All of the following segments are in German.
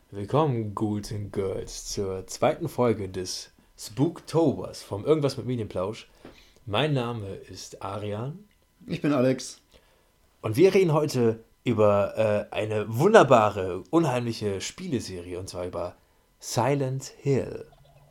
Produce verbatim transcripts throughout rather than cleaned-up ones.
Willkommen, Ghouls and Girls, zur zweiten Folge des Spooktobers vom Irgendwas mit Medienplausch. Mein Name ist Arian. Ich bin Alex. Und wir reden heute über äh, eine wunderbare, unheimliche Spieleserie, und zwar über Silent Hill.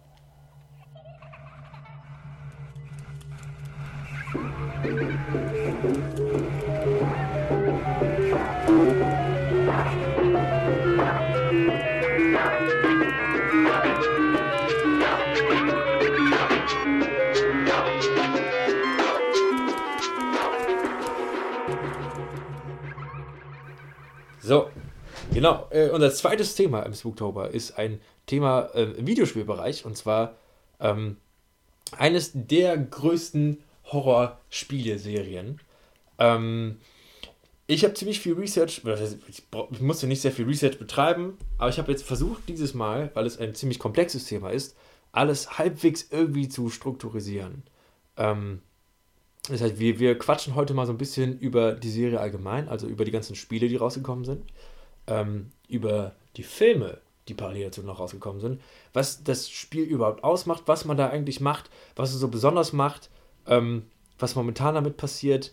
So, genau. Äh, unser zweites Thema im Spooktober ist ein Thema äh, im Videospielbereich, und zwar ähm, eines der größten Horror-Spieleserien. Ähm, ich habe ziemlich viel Research, ich, ich musste nicht sehr viel Research betreiben, aber ich habe jetzt versucht, dieses Mal, weil es ein ziemlich komplexes Thema ist, alles halbwegs irgendwie zu strukturisieren. Ähm, Das heißt, wir, wir quatschen heute mal so ein bisschen über die Serie allgemein, also über die ganzen Spiele, die rausgekommen sind, ähm, über die Filme, die parallel dazu noch rausgekommen sind, was das Spiel überhaupt ausmacht, was man da eigentlich macht, was es so besonders macht, ähm, was momentan damit passiert.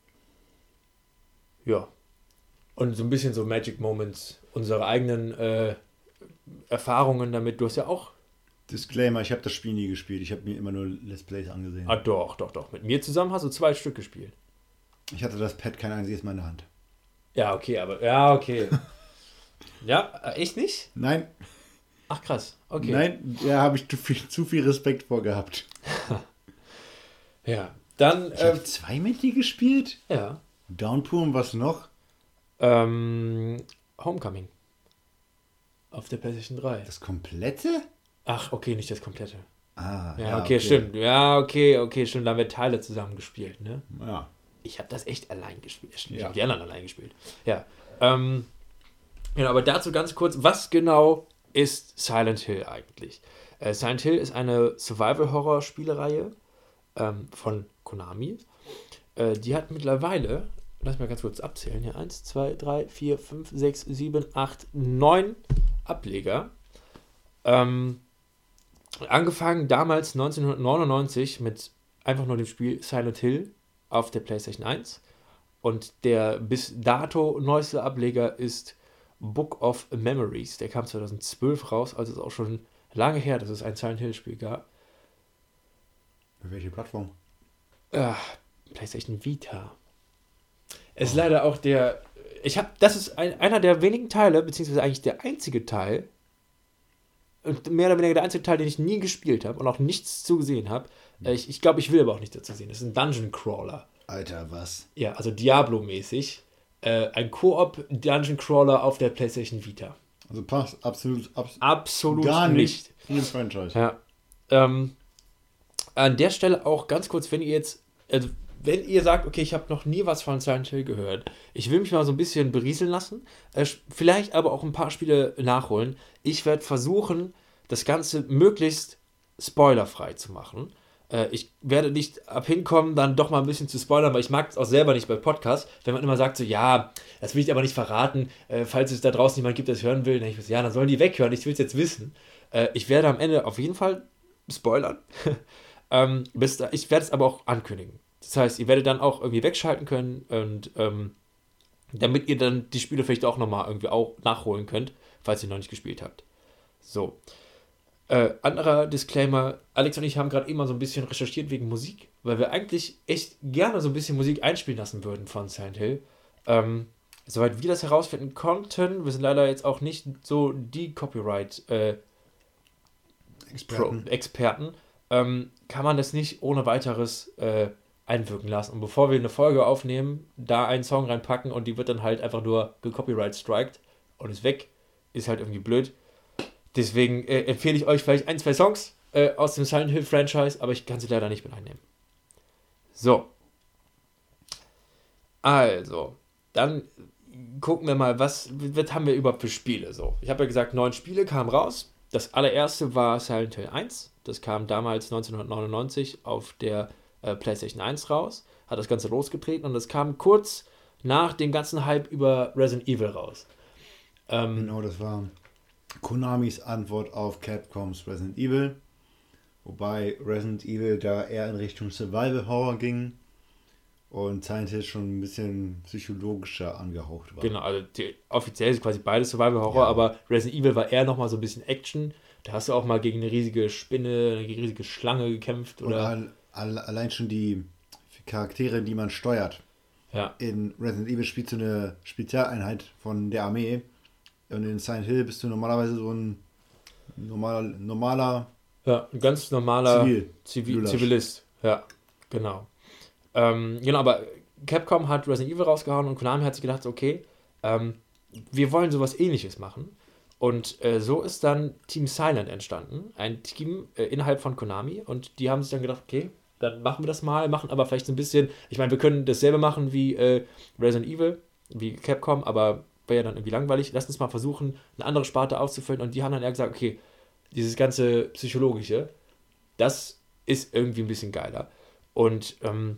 Ja. Und so ein bisschen so Magic Moments, unsere eigenen äh, Erfahrungen damit. Du hast ja auch... Disclaimer, ich habe das Spiel nie gespielt. Ich habe mir immer nur Let's Plays angesehen. Ah, doch, doch, doch. Mit mir zusammen hast du zwei Stück gespielt. Ich hatte das Pad kein einziges Mal in der Hand. Ja, okay, aber... Ja, okay. Ja, echt nicht? Nein. Ach, krass. Okay. Nein, da habe ich zu viel, zu viel Respekt vor gehabt. Ja, dann... Ich äh, habe zwei mit dir gespielt? Ja. Downpour und was noch? Ähm, Homecoming. Auf der PlayStation drei. Das komplette? Ach, okay, nicht das komplette. Ah, Ja, ja, okay, okay, stimmt. Ja, okay, okay, stimmt. Da haben wir Teile zusammen gespielt, ne? Ja. Ich habe das echt allein gespielt. Ich Ja. habe die anderen allein gespielt. Ja. Ähm, genau, aber dazu ganz kurz, was genau ist Silent Hill eigentlich? Äh, Silent Hill ist eine Survival-Horror-Spielereihe ähm, von Konami. Äh, die hat mittlerweile, lass mich mal ganz kurz abzählen, hier, eins, zwei, drei, vier, fünf, sechs, sieben, acht, neun Ableger. Ähm, angefangen damals neunzehnhundertneunundneunzig mit einfach nur dem Spiel Silent Hill auf der PlayStation eins. Und der bis dato neueste Ableger ist Book of Memories. Der kam zweitausendzwölf raus, also ist auch schon lange her, dass es ein Silent Hill Spiel gab. Für welche Plattform? Äh, PlayStation Vita. Es ist leider auch der... Ich habe, das ist ein, einer der wenigen Teile, beziehungsweise eigentlich der einzige Teil, und mehr oder weniger der einzige Teil, den ich nie gespielt habe und auch nichts zu gesehen habe. Ich, ich glaube, ich will aber auch nichts dazu sehen. Das ist ein Dungeon Crawler. Alter, was? Ja, also Diablo-mäßig. Äh, ein Koop Dungeon Crawler auf der PlayStation Vita. Also passt absolut, abs- Absolut gar nicht. nicht in den Franchise. Ja. Ähm, an der Stelle auch ganz kurz, wenn ihr jetzt, also wenn ihr sagt, okay, ich habe noch nie was von Silent Hill gehört, ich will mich mal so ein bisschen berieseln lassen, äh, vielleicht aber auch ein paar Spiele nachholen. Ich werde versuchen, das Ganze möglichst spoilerfrei zu machen. Äh, ich werde nicht abhinkommen, dann doch mal ein bisschen zu spoilern, weil ich mag es auch selber nicht bei Podcasts, wenn man immer sagt so, ja, das will ich aber nicht verraten, äh, falls es da draußen jemand gibt, der es hören will, dann ich so, ja, dann sollen die weghören, ich will es jetzt wissen. Äh, ich werde am Ende auf jeden Fall spoilern. ähm, bis da, ich werde es aber auch ankündigen. Das heißt, ihr werdet dann auch irgendwie wegschalten können und ähm, damit ihr dann die Spiele vielleicht auch nochmal irgendwie auch nachholen könnt, falls ihr noch nicht gespielt habt. So. Äh, anderer Disclaimer, Alex und ich haben gerade immer so ein bisschen recherchiert wegen Musik, weil wir eigentlich echt gerne so ein bisschen Musik einspielen lassen würden von Silent Hill. Ähm, soweit wir das herausfinden konnten, wir sind leider jetzt auch nicht so die Copyright äh, Experten. Pro- Experten, ähm, kann man das nicht ohne weiteres äh, einwirken lassen. Und bevor wir eine Folge aufnehmen, da einen Song reinpacken und die wird dann halt einfach nur gecopyright-striked und ist weg, ist halt irgendwie blöd. Deswegen äh, empfehle ich euch vielleicht ein, zwei Songs äh, aus dem Silent Hill Franchise, aber ich kann sie leider nicht mit einnehmen. So. Also, dann gucken wir mal, was, was haben wir überhaupt für Spiele. So, ich habe ja gesagt, neun Spiele kamen raus. Das allererste war Silent Hill eins. Das kam damals neunzehnhundertneunundneunzig auf der äh, PlayStation eins raus. Hat das Ganze losgetreten und das kam kurz nach dem ganzen Hype über Resident Evil raus. Ähm, Genau, das war Konamis Antwort auf Capcoms Resident Evil. Wobei Resident Evil da eher in Richtung Survival Horror ging und Silent Hill schon ein bisschen psychologischer angehaucht war. Genau, also die, offiziell ist quasi beides Survival Horror, Ja. aber Resident Evil war eher nochmal so ein bisschen Action. Da hast du auch mal gegen eine riesige Spinne, eine riesige Schlange gekämpft. Und Oder all, all, allein schon die Charaktere, die man steuert. ja, In Resident Evil spielst du eine Spezialeinheit von der Armee und in Silent Hill bist du normalerweise so ein normaler, normaler ja, ein ganz normaler Zivil. Zivil, Lulasch. Zivilist. Ja, genau. Ähm, genau, aber Capcom hat Resident Evil rausgehauen und Konami hat sich gedacht, okay, ähm, wir wollen sowas Ähnliches machen. Und äh, so ist dann Team Silent entstanden, ein Team äh, innerhalb von Konami. Und die haben sich dann gedacht, okay, dann machen wir das mal, machen aber vielleicht so ein bisschen, ich meine, wir können dasselbe machen wie äh, Resident Evil, wie Capcom, aber wäre ja dann irgendwie langweilig. Lass uns mal versuchen, eine andere Sparte auszufüllen. Und die haben dann eher gesagt, okay, dieses ganze Psychologische, das ist irgendwie ein bisschen geiler. Und ähm,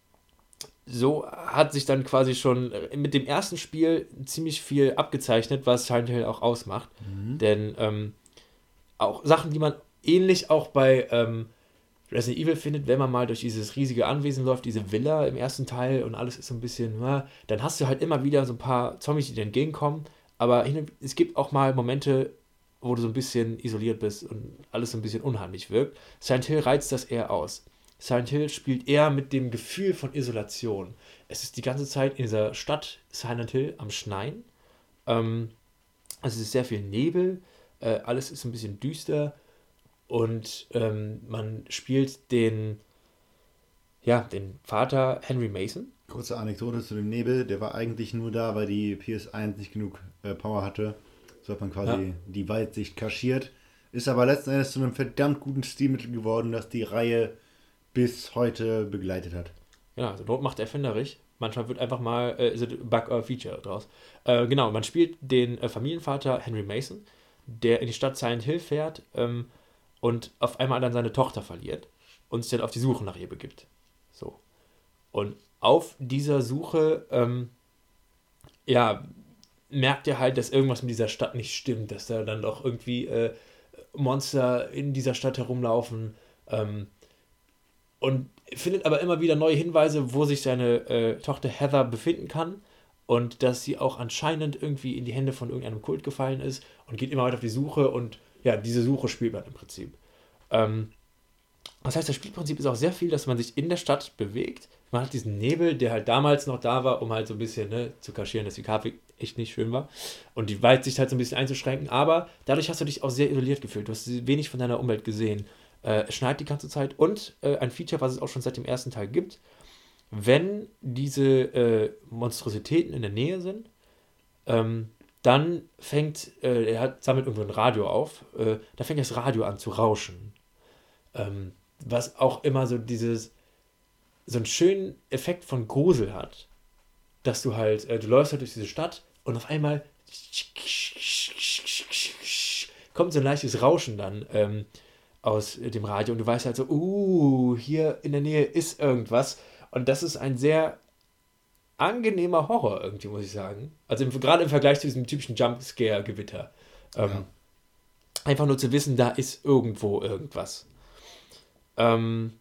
so hat sich dann quasi schon mit dem ersten Spiel ziemlich viel abgezeichnet, was Silent Hill auch ausmacht. Mhm. Denn ähm, auch Sachen, die man ähnlich auch bei ähm, Resident Evil findet, wenn man mal durch dieses riesige Anwesen läuft, diese Villa im ersten Teil und alles ist so ein bisschen, na, dann hast du halt immer wieder so ein paar Zombies, die dir entgegenkommen. Aber hin und- es gibt auch mal Momente, wo du so ein bisschen isoliert bist und alles so ein bisschen unheimlich wirkt. Silent Hill reizt das eher aus. Silent Hill spielt eher mit dem Gefühl von Isolation. Es ist die ganze Zeit in dieser Stadt Silent Hill am Schneien. Ähm, also es ist sehr viel Nebel, äh, alles ist ein bisschen düster und ähm, man spielt den, ja, den Vater Henry Mason. Kurze Anekdote zu dem Nebel, der war eigentlich nur da, weil die P S eins nicht genug äh, Power hatte. So hat man quasi Ja. die Weitsicht kaschiert. Ist aber letzten Endes zu einem verdammt guten Stilmittel geworden, das die Reihe bis heute begleitet hat. Ja, also Not macht erfinderisch. Manchmal wird einfach mal äh, so ein Bug oder Feature draus. Äh, genau, man spielt den äh, Familienvater Henry Mason, der in die Stadt Silent Hill fährt ähm, und auf einmal dann seine Tochter verliert und sich dann auf die Suche nach ihr begibt. So. Und auf dieser Suche, ähm, ja, merkt er halt, dass irgendwas mit dieser Stadt nicht stimmt, dass da dann doch irgendwie äh, Monster in dieser Stadt herumlaufen. Ähm, und findet aber immer wieder neue Hinweise, wo sich seine äh, Tochter Heather befinden kann und dass sie auch anscheinend irgendwie in die Hände von irgendeinem Kult gefallen ist und geht immer weiter auf die Suche und ja, diese Suche spielt man im Prinzip. Ähm, das heißt, das Spielprinzip ist auch sehr viel, dass man sich in der Stadt bewegt. Man hat diesen Nebel, der halt damals noch da war, um halt so ein bisschen ne, zu kaschieren, dass die Grafik echt nicht schön war und die Weitsicht halt so ein bisschen einzuschränken, aber dadurch hast du dich auch sehr isoliert gefühlt. Du hast wenig von deiner Umwelt gesehen. Äh, es schneit die ganze Zeit und äh, ein Feature, was es auch schon seit dem ersten Teil gibt, wenn diese äh, Monstrositäten in der Nähe sind, ähm, dann fängt, äh, er hat, sammelt irgendwo ein Radio auf, äh, da fängt das Radio an zu rauschen. Ähm, was auch immer so dieses, so einen schönen Effekt von Grusel hat, dass du halt, äh, du läufst halt durch diese Stadt und auf einmal kommt so ein leichtes Rauschen dann ähm, aus äh, dem Radio und du weißt halt so, uh, hier in der Nähe ist irgendwas und das ist ein sehr angenehmer Horror irgendwie, muss ich sagen. Also im, gerade im Vergleich zu diesem typischen Jumpscare-Gewitter. Ähm, Ja. Einfach nur zu wissen, da ist irgendwo irgendwas. Ähm,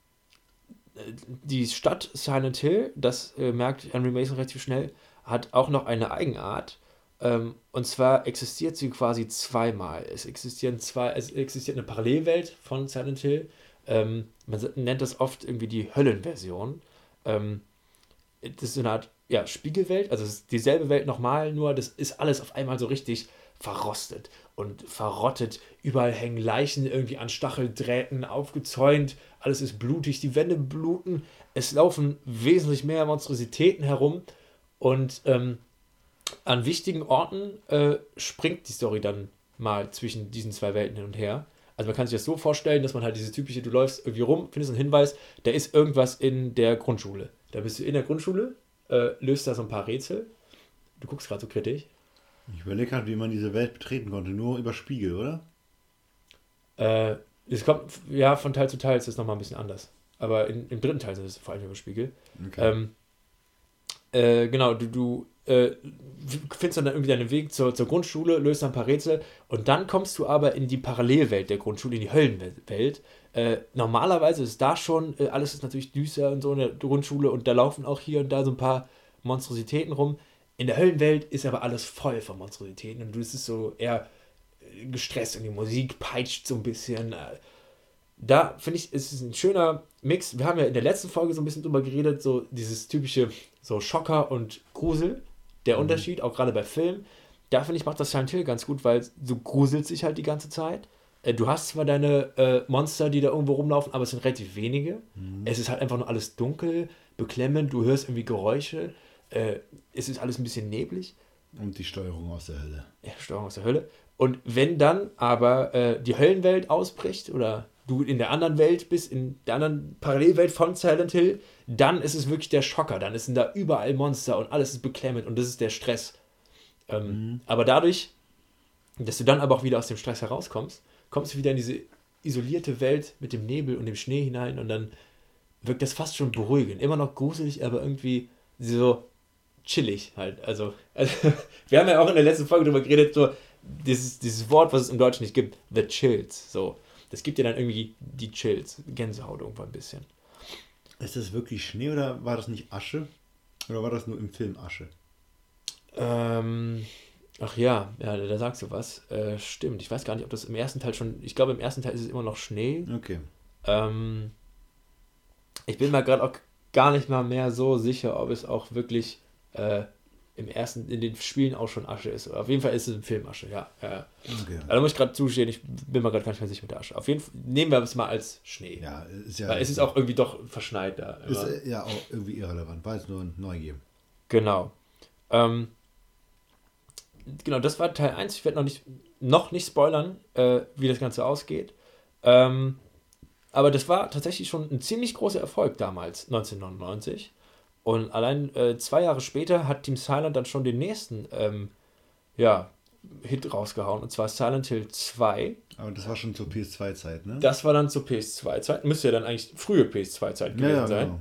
die Stadt Silent Hill, das äh, merkt Henry Mason relativ schnell, hat auch noch eine Eigenart. Ähm, und zwar existiert sie quasi zweimal. Es existieren zwei, es existiert eine Parallelwelt von Silent Hill. Ähm, man nennt das oft irgendwie die Höllenversion. Ähm, das ist so eine Art ja, Spiegelwelt, also es ist dieselbe Welt nochmal, nur das ist alles auf einmal so richtig verrostet und verrottet. Überall hängen Leichen irgendwie an Stacheldrähten aufgezäunt. Alles ist blutig, die Wände bluten. Es laufen wesentlich mehr Monstrositäten herum. Und ähm, an wichtigen Orten äh, springt die Story dann mal zwischen diesen zwei Welten hin und her. Also man kann sich das so vorstellen, dass man halt diese typische, du läufst irgendwie rum, findest einen Hinweis, da ist irgendwas in der Grundschule. Da bist du in der Grundschule, äh, löst da so ein paar Rätsel. Du guckst gerade so kritisch. Ich überlege halt, wie man diese Welt betreten konnte. Nur über Spiegel, oder? Äh, es kommt, ja, von Teil zu Teil ist es nochmal ein bisschen anders. Aber in, im dritten Teil sind es vor allem über Spiegel. Okay. Ähm, äh, genau, du, du äh, findest dann irgendwie deinen Weg zur, zur Grundschule, löst dann ein paar Rätsel und dann kommst du aber in die Parallelwelt der Grundschule, in die Höllenwelt. Äh, normalerweise ist da schon, äh, alles ist natürlich düster und so in der Grundschule und da laufen auch hier und da so ein paar Monstrositäten rum. In der Höllenwelt ist aber alles voll von Monstrositäten und du bist so eher äh, gestresst und die Musik peitscht so ein bisschen. Äh, da finde ich, ist es ein schöner Mix. Wir haben ja in der letzten Folge so ein bisschen drüber geredet, so dieses typische so Schocker und Grusel, der mhm. Unterschied, auch gerade bei Filmen. Da finde ich, macht das Silent Hill ganz gut, weil du gruselst dich halt die ganze Zeit. Äh, du hast zwar deine äh, Monster, die da irgendwo rumlaufen, aber es sind relativ wenige. Mhm. Es ist halt einfach nur alles dunkel, beklemmend, du hörst irgendwie Geräusche. Äh, es ist alles ein bisschen neblig. Und die Steuerung aus der Hölle. Ja, Steuerung aus der Hölle. Und wenn dann aber äh, die Höllenwelt ausbricht oder du in der anderen Welt bist, in der anderen Parallelwelt von Silent Hill, dann ist es wirklich der Schocker. Dann sind da überall Monster und alles ist beklemmend und das ist der Stress. Ähm, mhm. Aber dadurch, dass du dann aber auch wieder aus dem Stress herauskommst, kommst du wieder in diese isolierte Welt mit dem Nebel und dem Schnee hinein und dann wirkt das fast schon beruhigend. Immer noch gruselig, aber irgendwie so chillig halt. Also, also wir haben ja auch in der letzten Folge darüber geredet, so dieses, dieses Wort, was es im Deutschen nicht gibt, the chills, so. Das gibt dir dann irgendwie die Chills, Gänsehaut irgendwo ein bisschen. Ist das wirklich Schnee oder war das nicht Asche? Oder war das nur im Film Asche? Ähm, ach ja, ja, da sagst du was. Äh, stimmt, ich weiß gar nicht, ob das im ersten Teil schon, ich glaube im ersten Teil ist es immer noch Schnee. Okay. Ähm, ich bin mir gerade auch gar nicht mal mehr so sicher, ob es auch wirklich äh, im ersten, in den Spielen auch schon Asche ist. Auf jeden Fall ist es im Film Asche, ja. ja. Okay. Also da muss ich gerade zustehen, ich bin mir gerade gar nicht mehr sicher mit der Asche. Auf jeden Fall nehmen wir es mal als Schnee. Ja, ist ja. Weil es ist auch irgendwie doch verschneit da. Ist immer. Ja auch irgendwie irrelevant, weil es nur ein Neugier. Genau. Ähm, genau, das war Teil eins. Ich werde noch nicht, noch nicht spoilern, äh, wie das Ganze ausgeht. Ähm, aber das war tatsächlich schon ein ziemlich großer Erfolg damals, neunzehnhundertneunundneunzig. Und allein äh, zwei Jahre später hat Team Silent dann schon den nächsten ähm, ja, Hit rausgehauen, und zwar Silent Hill zwei. Aber das war schon zur P S zwei Zeit, ne? Das war dann zur P S zwei Zeit. Müsste ja dann eigentlich frühe P S zwei Zeit gewesen ja, ja, sein. Genau.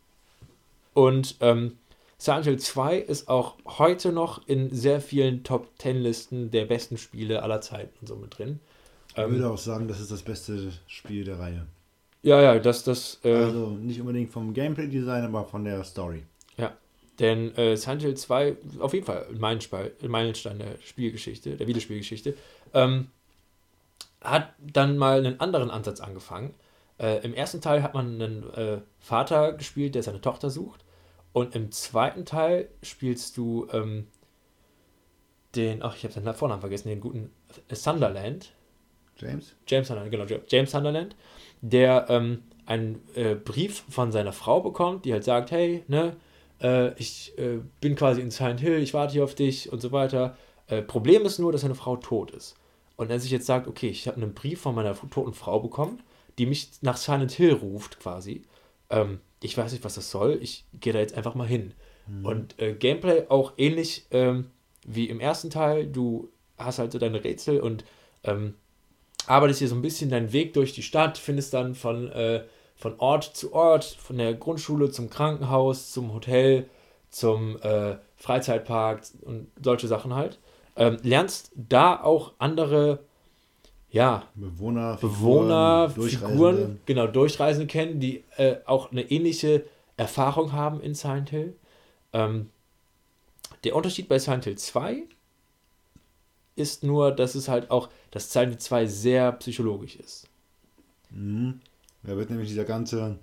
Und ähm, Silent Hill zwei ist auch heute noch in sehr vielen Top zehn Listen der besten Spiele aller Zeiten und so mit drin. Ich ähm, würde auch sagen, das ist das beste Spiel der Reihe. Ja, ja, das, das... Äh, also nicht unbedingt vom Gameplay-Design, aber von der Story. Ja, denn äh, Silent Hill zwei, auf jeden Fall ein Meilenstein der Spielgeschichte, der Videospielgeschichte, ähm, hat dann mal einen anderen Ansatz angefangen. Äh, Im ersten Teil hat man einen äh, Vater gespielt, der seine Tochter sucht. Und im zweiten Teil spielst du ähm, den, ach, ich habe seinen Vornamen vergessen, den guten Sunderland. James? James Sunderland, genau, James Sunderland, der ähm, einen äh, Brief von seiner Frau bekommt, die halt sagt, hey, ne, äh, ich äh, bin quasi in Silent Hill, ich warte hier auf dich und so weiter. Äh, Problem ist nur, dass seine Frau tot ist. Und er sich jetzt sagt, okay, ich habe einen Brief von meiner toten Frau bekommen, die mich nach Silent Hill ruft quasi. Ähm, ich weiß nicht, was das soll, ich gehe da jetzt einfach mal hin. Mhm. Und äh, Gameplay auch ähnlich ähm, wie im ersten Teil, du hast halt so deine Rätsel und ähm, arbeitest hier so ein bisschen deinen Weg durch die Stadt, findest dann von, äh, von Ort zu Ort, von der Grundschule zum Krankenhaus, zum Hotel, zum äh, Freizeitpark und solche Sachen halt. Ähm, lernst da auch andere ja, Bewohner, Bewohner Figuren, Figuren genau, Durchreisende kennen, die äh, auch eine ähnliche Erfahrung haben in Silent Hill. Ähm, der Unterschied bei Silent Hill zwei ist nur, dass es halt auch, dass Silent Hill zwei sehr psychologisch ist. Mhm. Da wird nämlich dieser ganze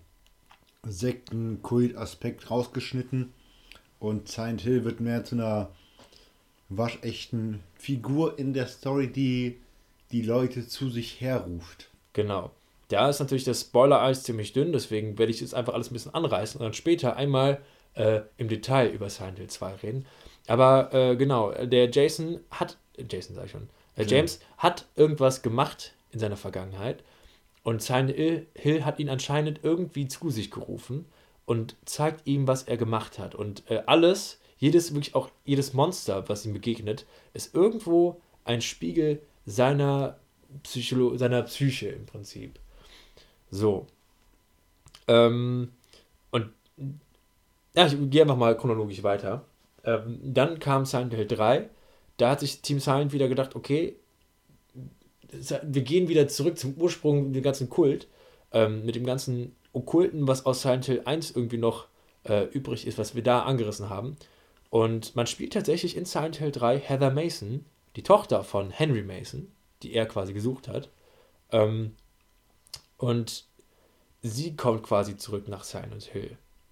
Sekten-Kult-Aspekt rausgeschnitten und Silent Hill wird mehr zu einer waschechten Figur in der Story, die die Leute zu sich herruft. Genau. Da ist natürlich das Spoiler-Eis ziemlich dünn, deswegen werde ich jetzt einfach alles ein bisschen anreißen und dann später einmal äh, im Detail über Silent Hill zwei reden. Aber äh, genau, der Jason hat, Jason sag ich schon, äh, James ja. hat irgendwas gemacht in seiner Vergangenheit und Silent Hill hat ihn anscheinend irgendwie zu sich gerufen und zeigt ihm, was er gemacht hat. Und äh, alles, jedes, wirklich auch jedes Monster, was ihm begegnet, ist irgendwo ein Spiegel seiner, Psycholo- seiner Psyche im Prinzip. So. Ähm, und ja, ich gehe einfach mal chronologisch weiter. Ähm, dann kam Silent Hill drei. Da hat sich Team Silent wieder gedacht, okay, wir gehen wieder zurück zum Ursprung, den ganzen Kult, ähm, mit dem ganzen Okkulten, was aus Silent Hill eins irgendwie noch äh, übrig ist, was wir da angerissen haben. Und man spielt tatsächlich in Silent Hill drei Heather Mason, die Tochter von Henry Mason, die er quasi gesucht hat. Ähm, und sie kommt quasi zurück nach Silent Hill.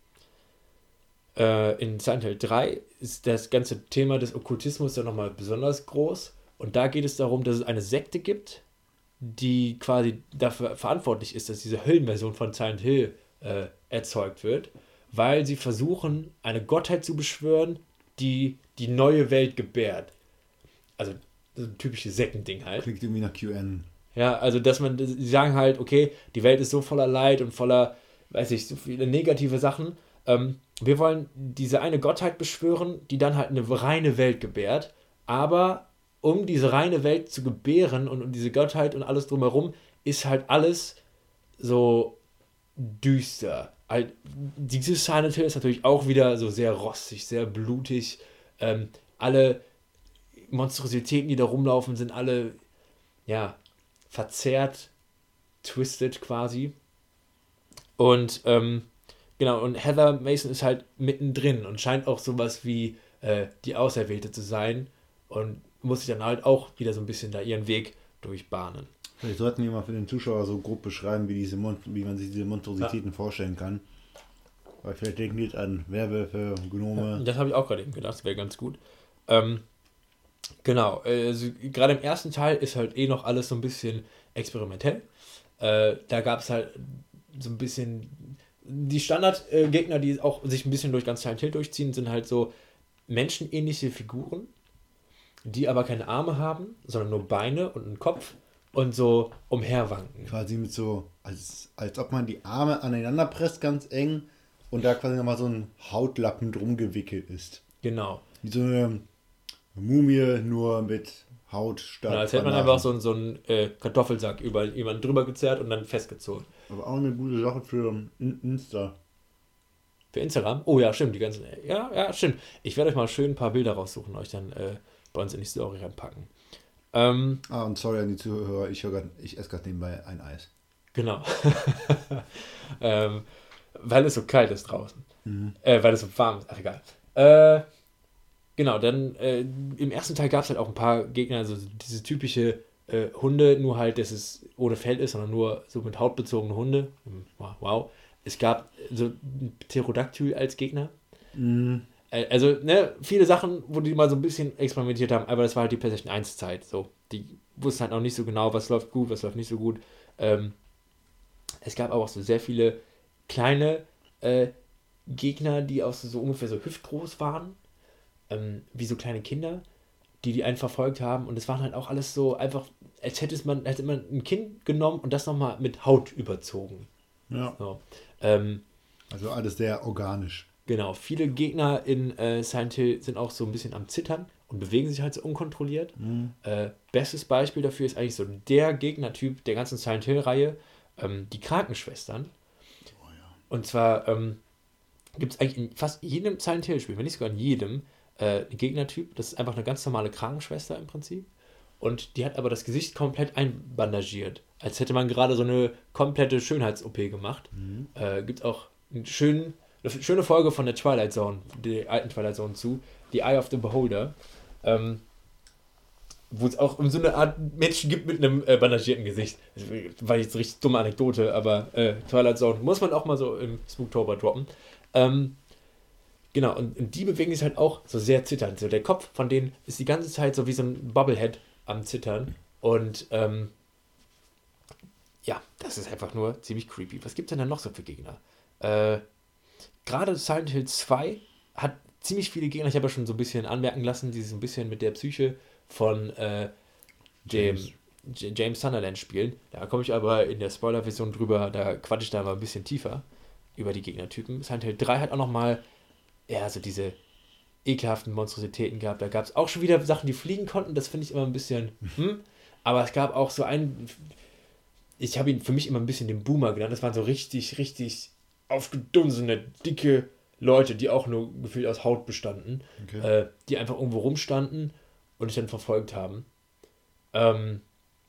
Äh, in Silent Hill drei ist das ganze Thema des Okkultismus ja nochmal besonders groß. Und da geht es darum, dass es eine Sekte gibt, die quasi dafür verantwortlich ist, dass diese Höllenversion von Silent Hill äh, erzeugt wird, weil sie versuchen, eine Gottheit zu beschwören, die die neue Welt gebärt. Also so ein typisches Sektending halt. Klingt irgendwie nach Q N. Ja, also dass man, sie sagen halt, okay, die Welt ist so voller Leid und voller, weiß ich, so viele negative Sachen. Ähm, wir wollen diese eine Gottheit beschwören, die dann halt eine reine Welt gebärt, aber um diese reine Welt zu gebären und um diese Gottheit und alles drumherum, ist halt alles so düster. Halt, dieses Silent Hill ist natürlich auch wieder so sehr rostig, sehr blutig. Ähm, alle Monstrositäten, die da rumlaufen, sind alle, ja, verzerrt, twisted quasi. Und, ähm, genau, und Heather Mason ist halt mittendrin und scheint auch sowas wie äh, die Auserwählte zu sein und muss sich dann halt auch wieder so ein bisschen da ihren Weg durchbahnen. Vielleicht sollten wir mal für den Zuschauer so grob beschreiben, wie, diese Mon- wie man sich diese Monstrositäten ja. vorstellen kann. Weil vielleicht denken die jetzt an Werwölfe, Gnome. Ja, das habe ich auch gerade eben gedacht, das wäre ganz gut. Ähm, genau, also gerade im ersten Teil ist halt eh noch alles so ein bisschen experimentell. Äh, da gab es halt so ein bisschen die Standardgegner, äh, die auch sich ein bisschen durch ganz Silent Hill durchziehen, sind halt so menschenähnliche Figuren, die aber keine Arme haben, sondern nur Beine und einen Kopf und so umherwanken. Quasi mit so, als, als ob man die Arme aneinander presst, ganz eng, und da quasi nochmal so ein Hautlappen drum gewickelt ist. Genau. Wie so eine Mumie, nur mit Haut statt. Genau, als hätte man einfach so, so einen äh, Kartoffelsack über jemanden drüber gezerrt und dann festgezogen. Aber auch eine gute Sache für Insta. Für Instagram? Oh ja, stimmt, die ganzen. Ja, ja, stimmt. Ich werde euch mal schön ein paar Bilder raussuchen und euch dann äh, bei uns in die Story reinpacken. Ähm, ah, und sorry an die Zuhörer, ich, grad, ich esse gerade nebenbei ein Eis. Genau. ähm, weil es so kalt ist draußen. Mhm. Äh, weil es so warm ist. Ach, egal. Äh, genau, dann äh, im ersten Teil gab es halt auch ein paar Gegner, also diese typische äh, Hunde, nur halt, dass es ohne Fell ist, sondern nur so mit Haut bezogene Hunde. Wow. Es gab so ein Pterodactyl als Gegner. Mhm. Also, ne, viele Sachen, wo die mal so ein bisschen experimentiert haben, aber das war halt die PlayStation eins Zeit. So, die wussten halt noch nicht so genau, was läuft gut, was läuft nicht so gut. Ähm, es gab aber auch so sehr viele kleine äh, Gegner, die auch so, so ungefähr so hüftgroß waren, ähm, wie so kleine Kinder, die die einen verfolgt haben. Und es waren halt auch alles so einfach, als hätte man, hätte man ein Kind genommen und das nochmal mit Haut überzogen. Ja. So, ähm, also alles sehr organisch. Genau, viele Gegner in äh, Silent Hill sind auch so ein bisschen am Zittern und bewegen sich halt so unkontrolliert. Mhm. Äh, bestes Beispiel dafür ist eigentlich so der Gegnertyp der ganzen Silent Hill-Reihe, ähm, die Krankenschwestern. Oh ja. Und zwar ähm, gibt es eigentlich in fast jedem Silent Hill-Spiel, wenn nicht sogar in jedem, äh, einen Gegnertyp. Das ist einfach eine ganz normale Krankenschwester im Prinzip. Und die hat aber das Gesicht komplett einbandagiert, als hätte man gerade so eine komplette Schönheits-O P gemacht. Mhm. Äh, gibt auch einen schönen Eine schöne Folge von der Twilight Zone, der alten Twilight Zone zu, The Eye of the Beholder, ähm, wo es auch so eine Art Menschen gibt mit einem äh, bandagierten Gesicht. Das war jetzt eine richtig dumme Anekdote, aber äh, Twilight Zone muss man auch mal so im Spooktober droppen. Ähm, genau, und, und die bewegen sich halt auch so sehr zitternd. So der Kopf von denen ist die ganze Zeit so wie so ein Bobblehead am Zittern und ähm, ja, das ist einfach nur ziemlich creepy. Was gibt es denn da noch so für Gegner? Äh, Gerade Silent Hill zwei hat ziemlich viele Gegner, ich habe ja schon so ein bisschen anmerken lassen, die so ein bisschen mit der Psyche von äh, dem James. J- James Sunderland spielen. Da komme ich aber in der Spoiler-Version drüber, da quatsche ich da mal ein bisschen tiefer über die Gegnertypen. Silent Hill drei hat auch nochmal, ja, so diese ekelhaften Monstrositäten gehabt. Da gab es auch schon wieder Sachen, die fliegen konnten, das finde ich immer ein bisschen, hm, aber es gab auch so einen, ich habe ihn für mich immer ein bisschen den Boomer genannt, das waren so richtig, richtig aufgedunsene, dicke Leute, die auch nur gefühlt aus Haut bestanden, Okay. äh, die einfach irgendwo rumstanden und dich dann verfolgt haben. Ähm,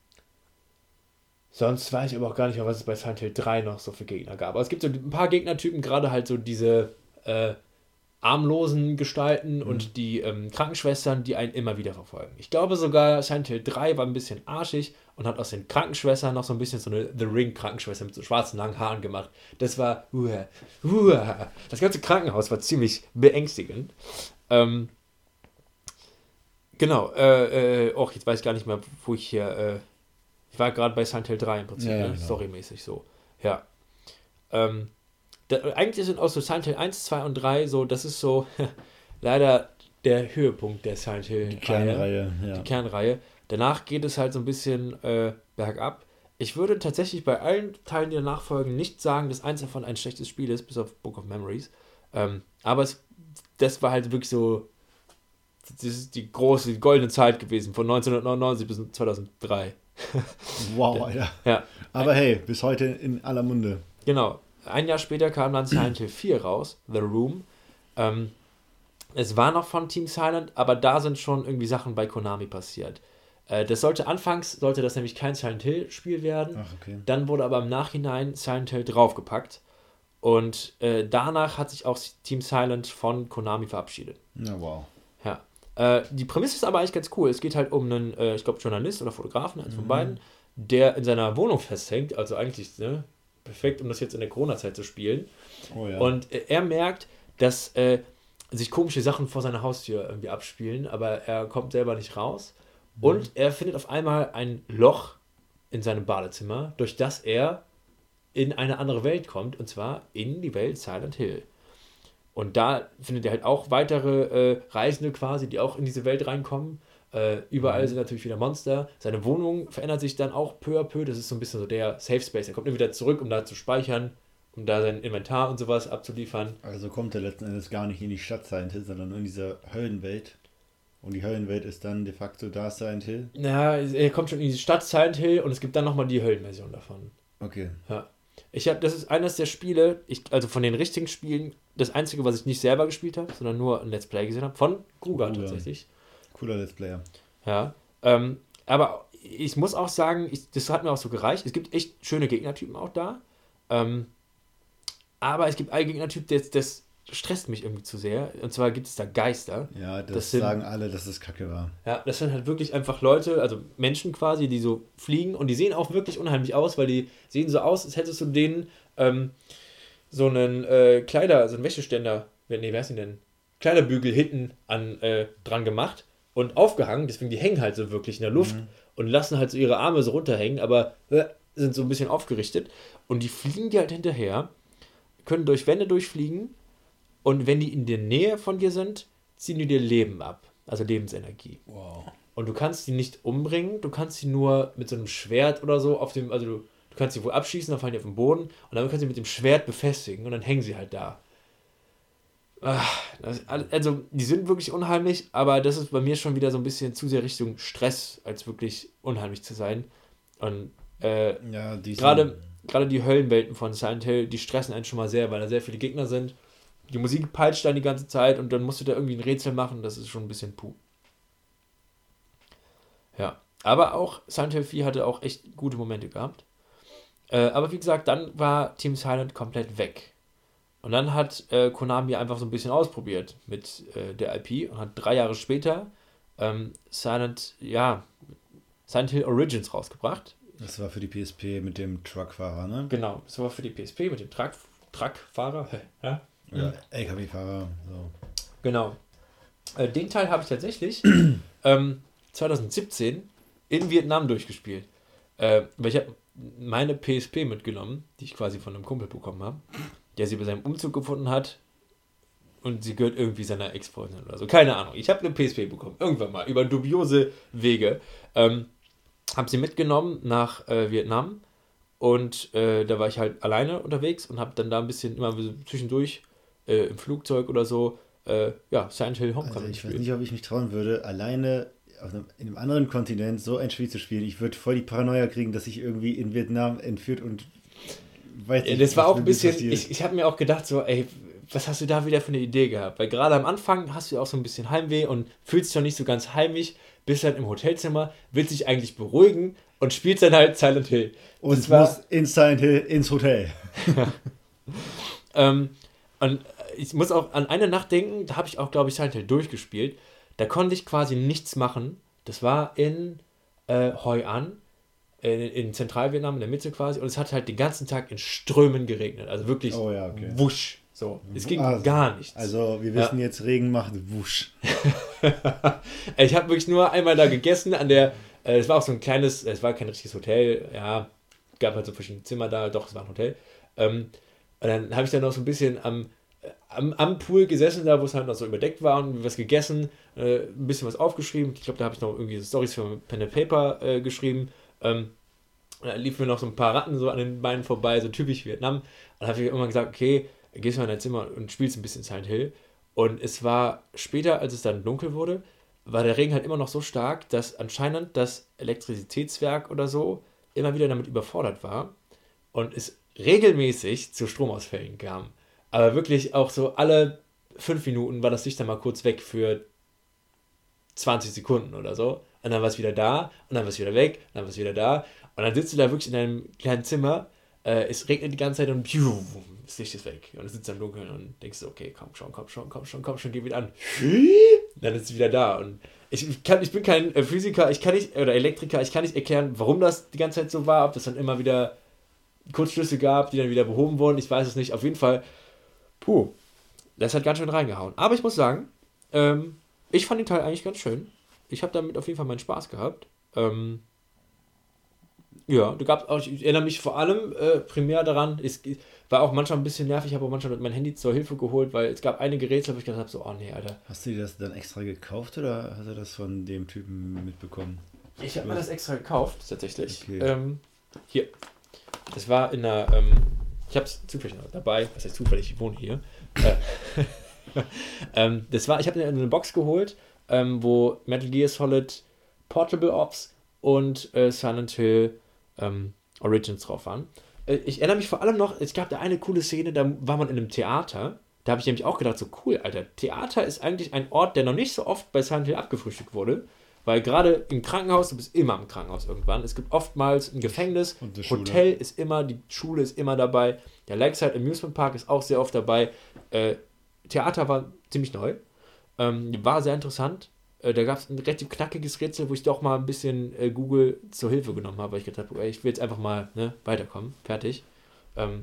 sonst weiß ich aber auch gar nicht mehr, was es bei Silent Hill drei noch so für Gegner gab. Aber es gibt so ein paar Gegnertypen, gerade halt so diese äh, armlosen Gestalten Mhm. und die ähm, Krankenschwestern, die einen immer wieder verfolgen. Ich glaube sogar, Silent Hill drei war ein bisschen arschig und hat aus den Krankenschwestern noch so ein bisschen so eine The Ring-Krankenschwester mit so schwarzen langen Haaren gemacht. Das war, uah, uah. Das ganze Krankenhaus war ziemlich beängstigend. Ähm, genau, äh, äh, och, jetzt weiß ich gar nicht mehr, wo ich hier, äh, ich war gerade bei Silent Hill drei im Prinzip, Ja, ja, ne? genau. Storymäßig so. Ja. Ähm, da, eigentlich sind auch so Silent Hill eins, zwei und drei so, das ist so leider der Höhepunkt der Silent Hill Die Kernreihe, ja. die Kernreihe. Danach geht es halt so ein bisschen äh, bergab. Ich würde tatsächlich bei allen Teilen, die danach folgen, nicht sagen, dass eins davon ein schlechtes Spiel ist, bis auf Book of Memories. Ähm, aber es, das war halt wirklich so, das ist die große, die goldene Zeit gewesen, von neunzehnhundertneunundneunzig bis zweitausenddrei. Wow, Alter. Ja, Aber hey, bis heute in aller Munde. genau. Ein Jahr später kam dann Silent Hill vier raus, The Room. Ähm, es war noch von Team Silent, aber da sind schon irgendwie Sachen bei Konami passiert. Äh, das sollte anfangs, sollte das nämlich kein Silent Hill Spiel werden. Ach, okay. Dann wurde aber im Nachhinein Silent Hill draufgepackt. Und äh, danach hat sich auch Team Silent von Konami verabschiedet. Na wow. Ja. Äh, die Prämisse ist aber eigentlich ganz cool. Es geht halt um einen, äh, ich glaube, Journalist oder Fotografen, eins von Mhm. beiden, der in seiner Wohnung festhängt. Also eigentlich ne, perfekt, um das jetzt in der Corona-Zeit zu spielen. Oh ja. Und äh, er merkt, dass äh, sich komische Sachen vor seiner Haustür irgendwie abspielen, aber er kommt selber nicht raus. Und er findet auf einmal ein Loch in seinem Badezimmer, durch das er in eine andere Welt kommt, und zwar in die Welt Silent Hill. Und da findet er halt auch weitere äh, Reisende quasi, die auch in diese Welt reinkommen. Äh, überall Mhm. sind natürlich wieder Monster. Seine Wohnung verändert sich dann auch peu à peu. Das ist so ein bisschen so der Safe Space. Er kommt immer wieder zurück, um da zu speichern, um da sein Inventar und sowas abzuliefern. Also kommt er letzten Endes gar nicht in die Stadt Silent Hill, sondern nur in diese Höllenwelt. Und die Höllenwelt ist dann de facto da Silent Hill. Ja, er kommt schon in die Stadt Silent Hill und es gibt dann nochmal die Höllenversion davon. Okay. Ja. Ich habe, das ist eines der Spiele, ich, also von den richtigen Spielen, das einzige, was ich nicht selber gespielt habe, sondern nur ein Let's Play gesehen habe, von Gruger Gruger. tatsächlich. Cooler Let's Player. Ja. Ähm, aber ich muss auch sagen, ich, das hat mir auch so gereicht. Es gibt echt schöne Gegnertypen auch da. Ähm, aber es gibt einen Gegnertyp, das, das stresst mich irgendwie zu sehr. Und zwar gibt es da Geister. Ja, das, Das sind- sagen alle, dass es kacke war. Ja, das sind halt wirklich einfach Leute, also Menschen quasi, die so fliegen und die sehen auch wirklich unheimlich aus, weil die sehen so aus, als hättest du denen ähm, so einen äh, Kleider, so einen Wäscheständer, nee, wer ist denn denn? Kleiderbügel hinten an, äh, dran gemacht und aufgehangen, deswegen die hängen halt so wirklich in der Luft Mhm. und lassen halt so ihre Arme so runterhängen, aber äh, sind so ein bisschen aufgerichtet und die fliegen dir halt hinterher, können durch Wände durchfliegen und wenn die in der Nähe von dir sind, ziehen die dir Leben ab, also Lebensenergie. Wow. Und du kannst die nicht umbringen, du kannst sie nur mit so einem Schwert oder so auf dem, also du, du kannst sie wohl abschießen, dann fallen die auf den Boden und dann kannst du sie mit dem Schwert befestigen und dann hängen sie halt da. Ah, das, also, die sind wirklich unheimlich, aber das ist bei mir schon wieder so ein bisschen zu sehr Richtung Stress, als wirklich unheimlich zu sein. Und äh, Ja, die sind- gerade gerade die Höllenwelten von Silent Hill, die stressen einen schon mal sehr, weil da sehr viele Gegner sind. Die Musik peitscht dann die ganze Zeit und dann musst du da irgendwie ein Rätsel machen, das ist schon ein bisschen puh. Ja, aber auch Silent Hill vier hatte auch echt gute Momente gehabt. Äh, aber wie gesagt, dann war Team Silent komplett weg. Und dann hat äh, Konami einfach so ein bisschen ausprobiert mit äh, der I P und hat drei Jahre später ähm, Silent, ja, Silent Hill Origins rausgebracht. Das war für die P S P mit dem Truckfahrer, ne? Genau, das war für die P S P mit dem Truck, Truckfahrer. Ja? Oder L K W-Fahrer. So. Genau. Äh, den Teil habe ich tatsächlich ähm, zwanzig siebzehn in Vietnam durchgespielt. Äh, weil ich habe meine P S P mitgenommen, die ich quasi von einem Kumpel bekommen habe, der sie bei seinem Umzug gefunden hat und sie gehört irgendwie seiner Ex-Freundin oder so. Keine Ahnung. Ich habe eine P S P bekommen. Irgendwann mal. Über dubiose Wege. Ähm, habe sie mitgenommen nach äh, Vietnam und äh, da war ich halt alleine unterwegs und habe dann da ein bisschen immer so zwischendurch äh, im Flugzeug oder so äh, ja, Silent Hill Also Homecoming ich weiß gespielt. nicht, ob ich mich trauen würde, alleine auf einem, in einem anderen Kontinent so ein Spiel zu spielen. Ich würde voll die Paranoia kriegen, dass ich irgendwie in Vietnam entführt und weiß Ja, nicht, das war was auch ein mit mir bisschen, passiert. ich, ich habe mir auch gedacht, so, ey, was hast du da wieder für eine Idee gehabt? Weil gerade am Anfang hast du auch so ein bisschen Heimweh und fühlst dich noch nicht so ganz heimisch, bist dann im Hotelzimmer, willst dich eigentlich beruhigen und spielst dann halt Silent Hill. Und das muss in Silent Hill ins Hotel. ähm, und ich muss auch an eine Nacht denken, da habe ich auch, glaube ich, Silent Hill durchgespielt. Da konnte ich quasi nichts machen. Das war in äh, Hoi An, in, in Zentralvietnam, in der Mitte quasi. Und es hat halt den ganzen Tag in Strömen geregnet. Also wirklich oh, ja, okay. wusch. So, es ging also, gar nichts. Also wir wissen ja. jetzt, Regen macht wusch. Ich habe wirklich nur einmal da gegessen an der, äh, es war auch so ein kleines, es war kein richtiges Hotel, ja, gab halt so verschiedene Zimmer da, doch, es war ein Hotel. Ähm, und dann habe ich dann noch so ein bisschen am, äh, am, am Pool gesessen, da wo es halt noch so überdeckt war und was gegessen, äh, ein bisschen was aufgeschrieben. Ich glaube, da habe ich noch irgendwie so Storys für Pen and Paper äh, geschrieben. Ähm, da liefen mir noch so ein paar Ratten so an den Beinen vorbei, so typisch Vietnam. Und dann habe ich immer gesagt, okay, gehst mal in dein Zimmer und spielst ein bisschen Silent Hill. Und es war später, als es dann dunkel wurde, war der Regen halt immer noch so stark, dass anscheinend das Elektrizitätswerk oder so immer wieder damit überfordert war und es regelmäßig zu Stromausfällen kam. Aber wirklich auch so alle fünf Minuten war das Licht dann mal kurz weg für zwanzig Sekunden oder so. Und dann war es wieder da und dann war es wieder weg und dann war es wieder da. Und dann sitzt du da wirklich in deinem kleinen Zimmer, äh, es regnet die ganze Zeit und piu, das Licht ist weg. Und du sitzt im Dunkeln und denkst so, okay, komm schon, komm schon, komm schon, komm schon, geh wieder an. Dann ist es wieder da. Und ich, kann, ich bin kein Physiker, ich kann nicht, oder Elektriker, ich kann nicht erklären, warum das die ganze Zeit so war, ob das dann immer wieder Kurzschlüsse gab, die dann wieder behoben wurden, ich weiß es nicht. Auf jeden Fall, puh, das hat ganz schön reingehauen. Aber ich muss sagen, ähm, ich fand den Teil eigentlich ganz schön. Ich habe damit auf jeden Fall meinen Spaß gehabt. Ähm, ja, du gab's auch, ich erinnere mich vor allem äh, primär daran, es war auch manchmal ein bisschen nervig, ich habe auch manchmal mein Handy zur Hilfe geholt, weil es gab einige Rätsel, wo ich gedacht habe, so, oh nee, Alter. Hast du dir das dann extra gekauft oder hast du das von dem Typen mitbekommen? Ich habe mir das extra gekauft, tatsächlich. Okay. Ähm, hier. Das war in einer, ähm, ich habe es zufällig noch dabei, was heißt zufällig, ich wohne hier. äh, ähm, das war, ich habe eine Box geholt, ähm, wo Metal Gear Solid Portable Ops und äh, Silent Hill ähm, Origins drauf waren. Äh, ich erinnere mich vor allem noch, es gab da eine coole Szene, da war man in einem Theater. Da habe ich nämlich auch gedacht, so cool, Alter. Theater ist eigentlich ein Ort, der noch nicht so oft bei Silent Hill abgefrühstückt wurde. Weil gerade im Krankenhaus, du bist immer im Krankenhaus irgendwann. Es gibt oftmals ein Gefängnis, Hotel ist immer, die Schule ist immer dabei. Der Lakeside Amusement Park ist auch sehr oft dabei. Äh, Theater war ziemlich neu. Ähm, war sehr interessant. Äh, da gab es ein relativ knackiges Rätsel, wo ich doch mal ein bisschen äh, Google zur Hilfe genommen habe, weil ich gedacht habe, ey, ich will jetzt einfach mal ne, weiterkommen. Fertig. Ähm,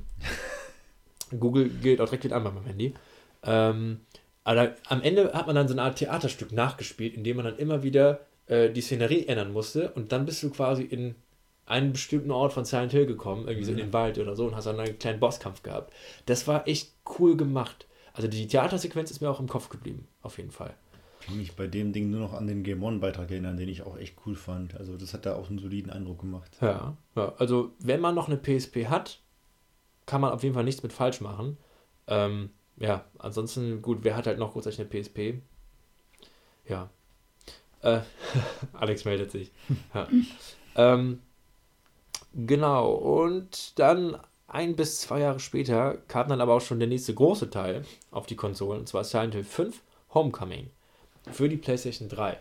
Google gilt auch direkt wieder an bei meinem Handy. Ähm, aber am Ende hat man dann so eine Art Theaterstück nachgespielt, in dem man dann immer wieder äh, die Szenerie ändern musste und dann bist du quasi in einen bestimmten Ort von Silent Hill gekommen, irgendwie so in den Wald oder so und hast dann einen kleinen Bosskampf gehabt. Das war echt cool gemacht. Also die Theatersequenz ist mir auch im Kopf geblieben, auf jeden Fall. Ich kann mich bei dem Ding nur noch an den Game One-Beitrag erinnern, den ich auch echt cool fand. Also das hat da auch einen soliden Eindruck gemacht. Ja, ja, also wenn man noch eine P S P hat, kann man auf jeden Fall nichts mit falsch machen. Ähm, ja, ansonsten, gut, wer hat halt noch großartig eine P S P? Ja. Äh, Alex meldet sich. Ja. ähm, genau, und dann ein bis zwei Jahre später kam dann aber auch schon der nächste große Teil auf die Konsolen, und zwar Silent Hill fünf Homecoming für die PlayStation drei.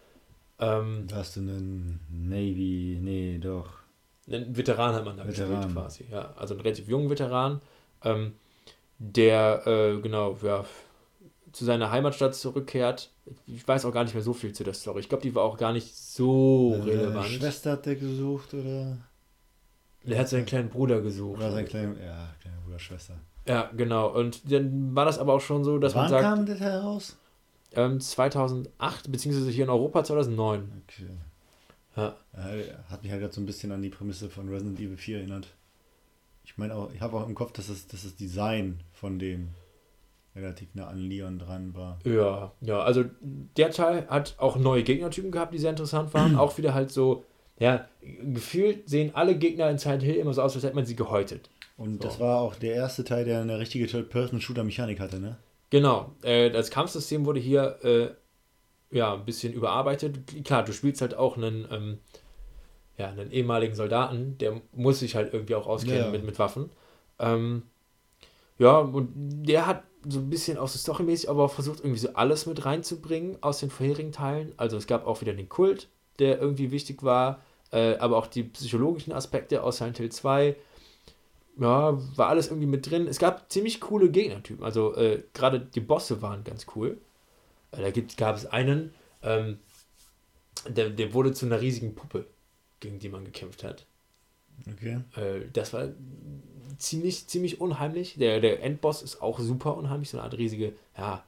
Ähm, da hast du einen Navy, nee, doch. Einen Veteran hat man da Veteran. gespielt quasi, ja. Also einen relativ jungen Veteran, ähm, der, äh, genau, ja, zu seiner Heimatstadt zurückkehrt. Ich weiß auch gar nicht mehr so viel zu der Story. Ich glaube, die war auch gar nicht so Seine relevant. Seine Schwester hat der gesucht, oder? Der hat seinen kleinen Bruder gesucht. Oder sein kleiner, ja, kleiner Bruder, Schwester. Ja, genau. Und dann war das aber auch schon so, dass Wann man sagt... Wann kam der Teil raus? Ähm, zweitausendacht, beziehungsweise hier in Europa zweitausendneun. Okay. Ja. Hat mich halt gerade so ein bisschen an die Prämisse von Resident Evil vier erinnert. Ich meine auch, ich habe auch im Kopf, dass das, dass das Design von dem relativ nah an Leon dran war. Ja, ja, also der Teil hat auch neue Gegnertypen gehabt, die sehr interessant waren. Auch wieder halt so, ja, gefühlt sehen alle Gegner in Silent Hill immer so aus, als hätte man sie gehäutet. Und so. Das war auch der erste Teil, der eine richtige Third-Person-Shooter-Mechanik hatte, ne? Genau, äh, das Kampfsystem wurde hier äh, ja, ein bisschen überarbeitet. Klar, du spielst halt auch einen, ähm, ja, einen ehemaligen Soldaten, der muss sich halt irgendwie auch auskennen ja. mit, mit Waffen. Ähm, ja, und der hat so ein bisschen auch so storymäßig, aber auch versucht irgendwie so alles mit reinzubringen aus den vorherigen Teilen. Also es gab auch wieder den Kult, der irgendwie wichtig war, äh, aber auch die psychologischen Aspekte aus Silent Hill zwei. Ja, war alles irgendwie mit drin. Es gab ziemlich coole Gegnertypen. Also äh, gerade die Bosse waren ganz cool. Äh, da gibt, gab es einen, ähm, der, der wurde zu einer riesigen Puppe, gegen die man gekämpft hat. Okay. Äh, das war ziemlich, ziemlich unheimlich. Der, der Endboss ist auch super unheimlich. So eine Art riesige, ja,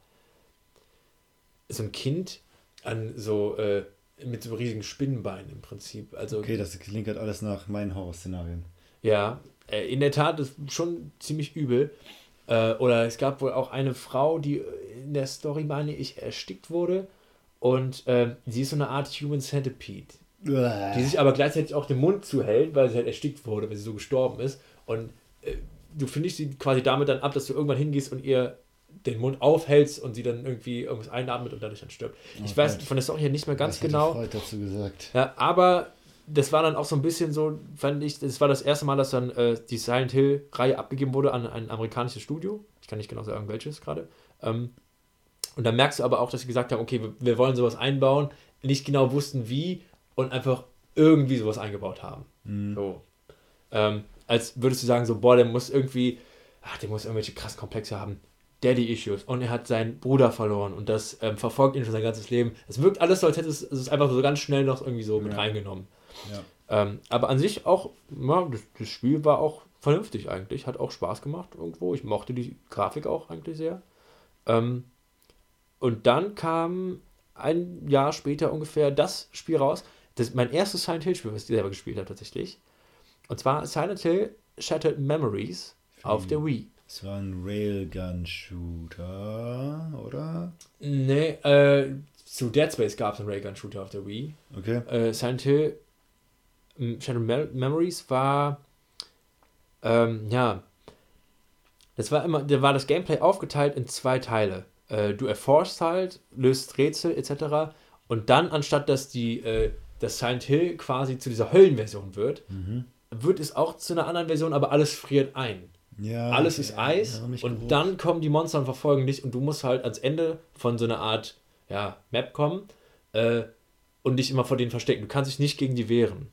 so ein Kind an so, äh, mit so riesigen Spinnenbeinen im Prinzip. Also, Okay, das klingt halt alles nach meinen Horrorszenarien. ja, äh, in der Tat ist schon ziemlich übel. Äh, oder es gab wohl auch eine Frau, die in der Story, meine ich, erstickt wurde. Und äh, sie ist so eine Art Human Centipede. Uah. Die sich aber gleichzeitig auch den Mund zuhält, weil sie halt erstickt wurde, weil sie so gestorben ist. Und äh, du findest sie quasi damit dann ab, dass du irgendwann hingehst und ihr den Mund aufhältst und sie dann irgendwie irgendwas einatmet und dadurch dann stirbt. Ich Oh weiß Gott. von der Story her nicht mehr ganz Was hat genau. Freud dazu gesagt? Ja, aber das war dann auch so ein bisschen so, fand ich, das war das erste Mal, dass dann äh, die Silent Hill-Reihe abgegeben wurde an ein amerikanisches Studio. Ich kann nicht genau sagen, welches gerade. Ähm, und dann merkst du aber auch, dass sie gesagt haben, okay, wir, wir wollen sowas einbauen, nicht genau wussten wie und einfach irgendwie sowas eingebaut haben. Mhm. So. Ähm, als würdest du sagen, so, boah, der muss irgendwie, ach, der muss irgendwelche krassen Komplexe haben. Daddy-Issues. Und er hat seinen Bruder verloren und das ähm, verfolgt ihn schon sein ganzes Leben. Es wirkt alles so, als hätte es, es ist einfach so ganz schnell noch irgendwie so mit Ja. reingenommen. Ja. Ähm, aber an sich auch, ja, das, das Spiel war auch vernünftig eigentlich. Hat auch Spaß gemacht irgendwo. Ich mochte die Grafik auch eigentlich sehr. Ähm, und dann kam ein Jahr später ungefähr das Spiel raus. Das ist mein erstes Silent Hill Spiel, was ich selber gespielt habe tatsächlich. Und zwar Silent Hill Shattered Memories auf der Wii. Es war ein Railgun-Shooter, oder? Nee, äh, zu Dead Space gab es einen Railgun-Shooter auf der Wii. Okay. Äh, Silent Hill ähm, Shattered Me- Memories war, ähm, ja, das war immer, da war das Gameplay aufgeteilt in zwei Teile. Äh, du erforschst halt, löst Rätsel et cetera. Und dann, anstatt dass die, äh, das Silent Hill quasi zu dieser Höllenversion wird, Mhm. wird es auch zu einer anderen Version, aber alles friert ein. Ja, Alles okay, ist Eis ja, mich und geruht. dann kommen die Monster und verfolgen dich und du musst halt ans Ende von so einer Art ja, Map kommen äh, und dich immer vor denen verstecken. Du kannst dich nicht gegen die wehren.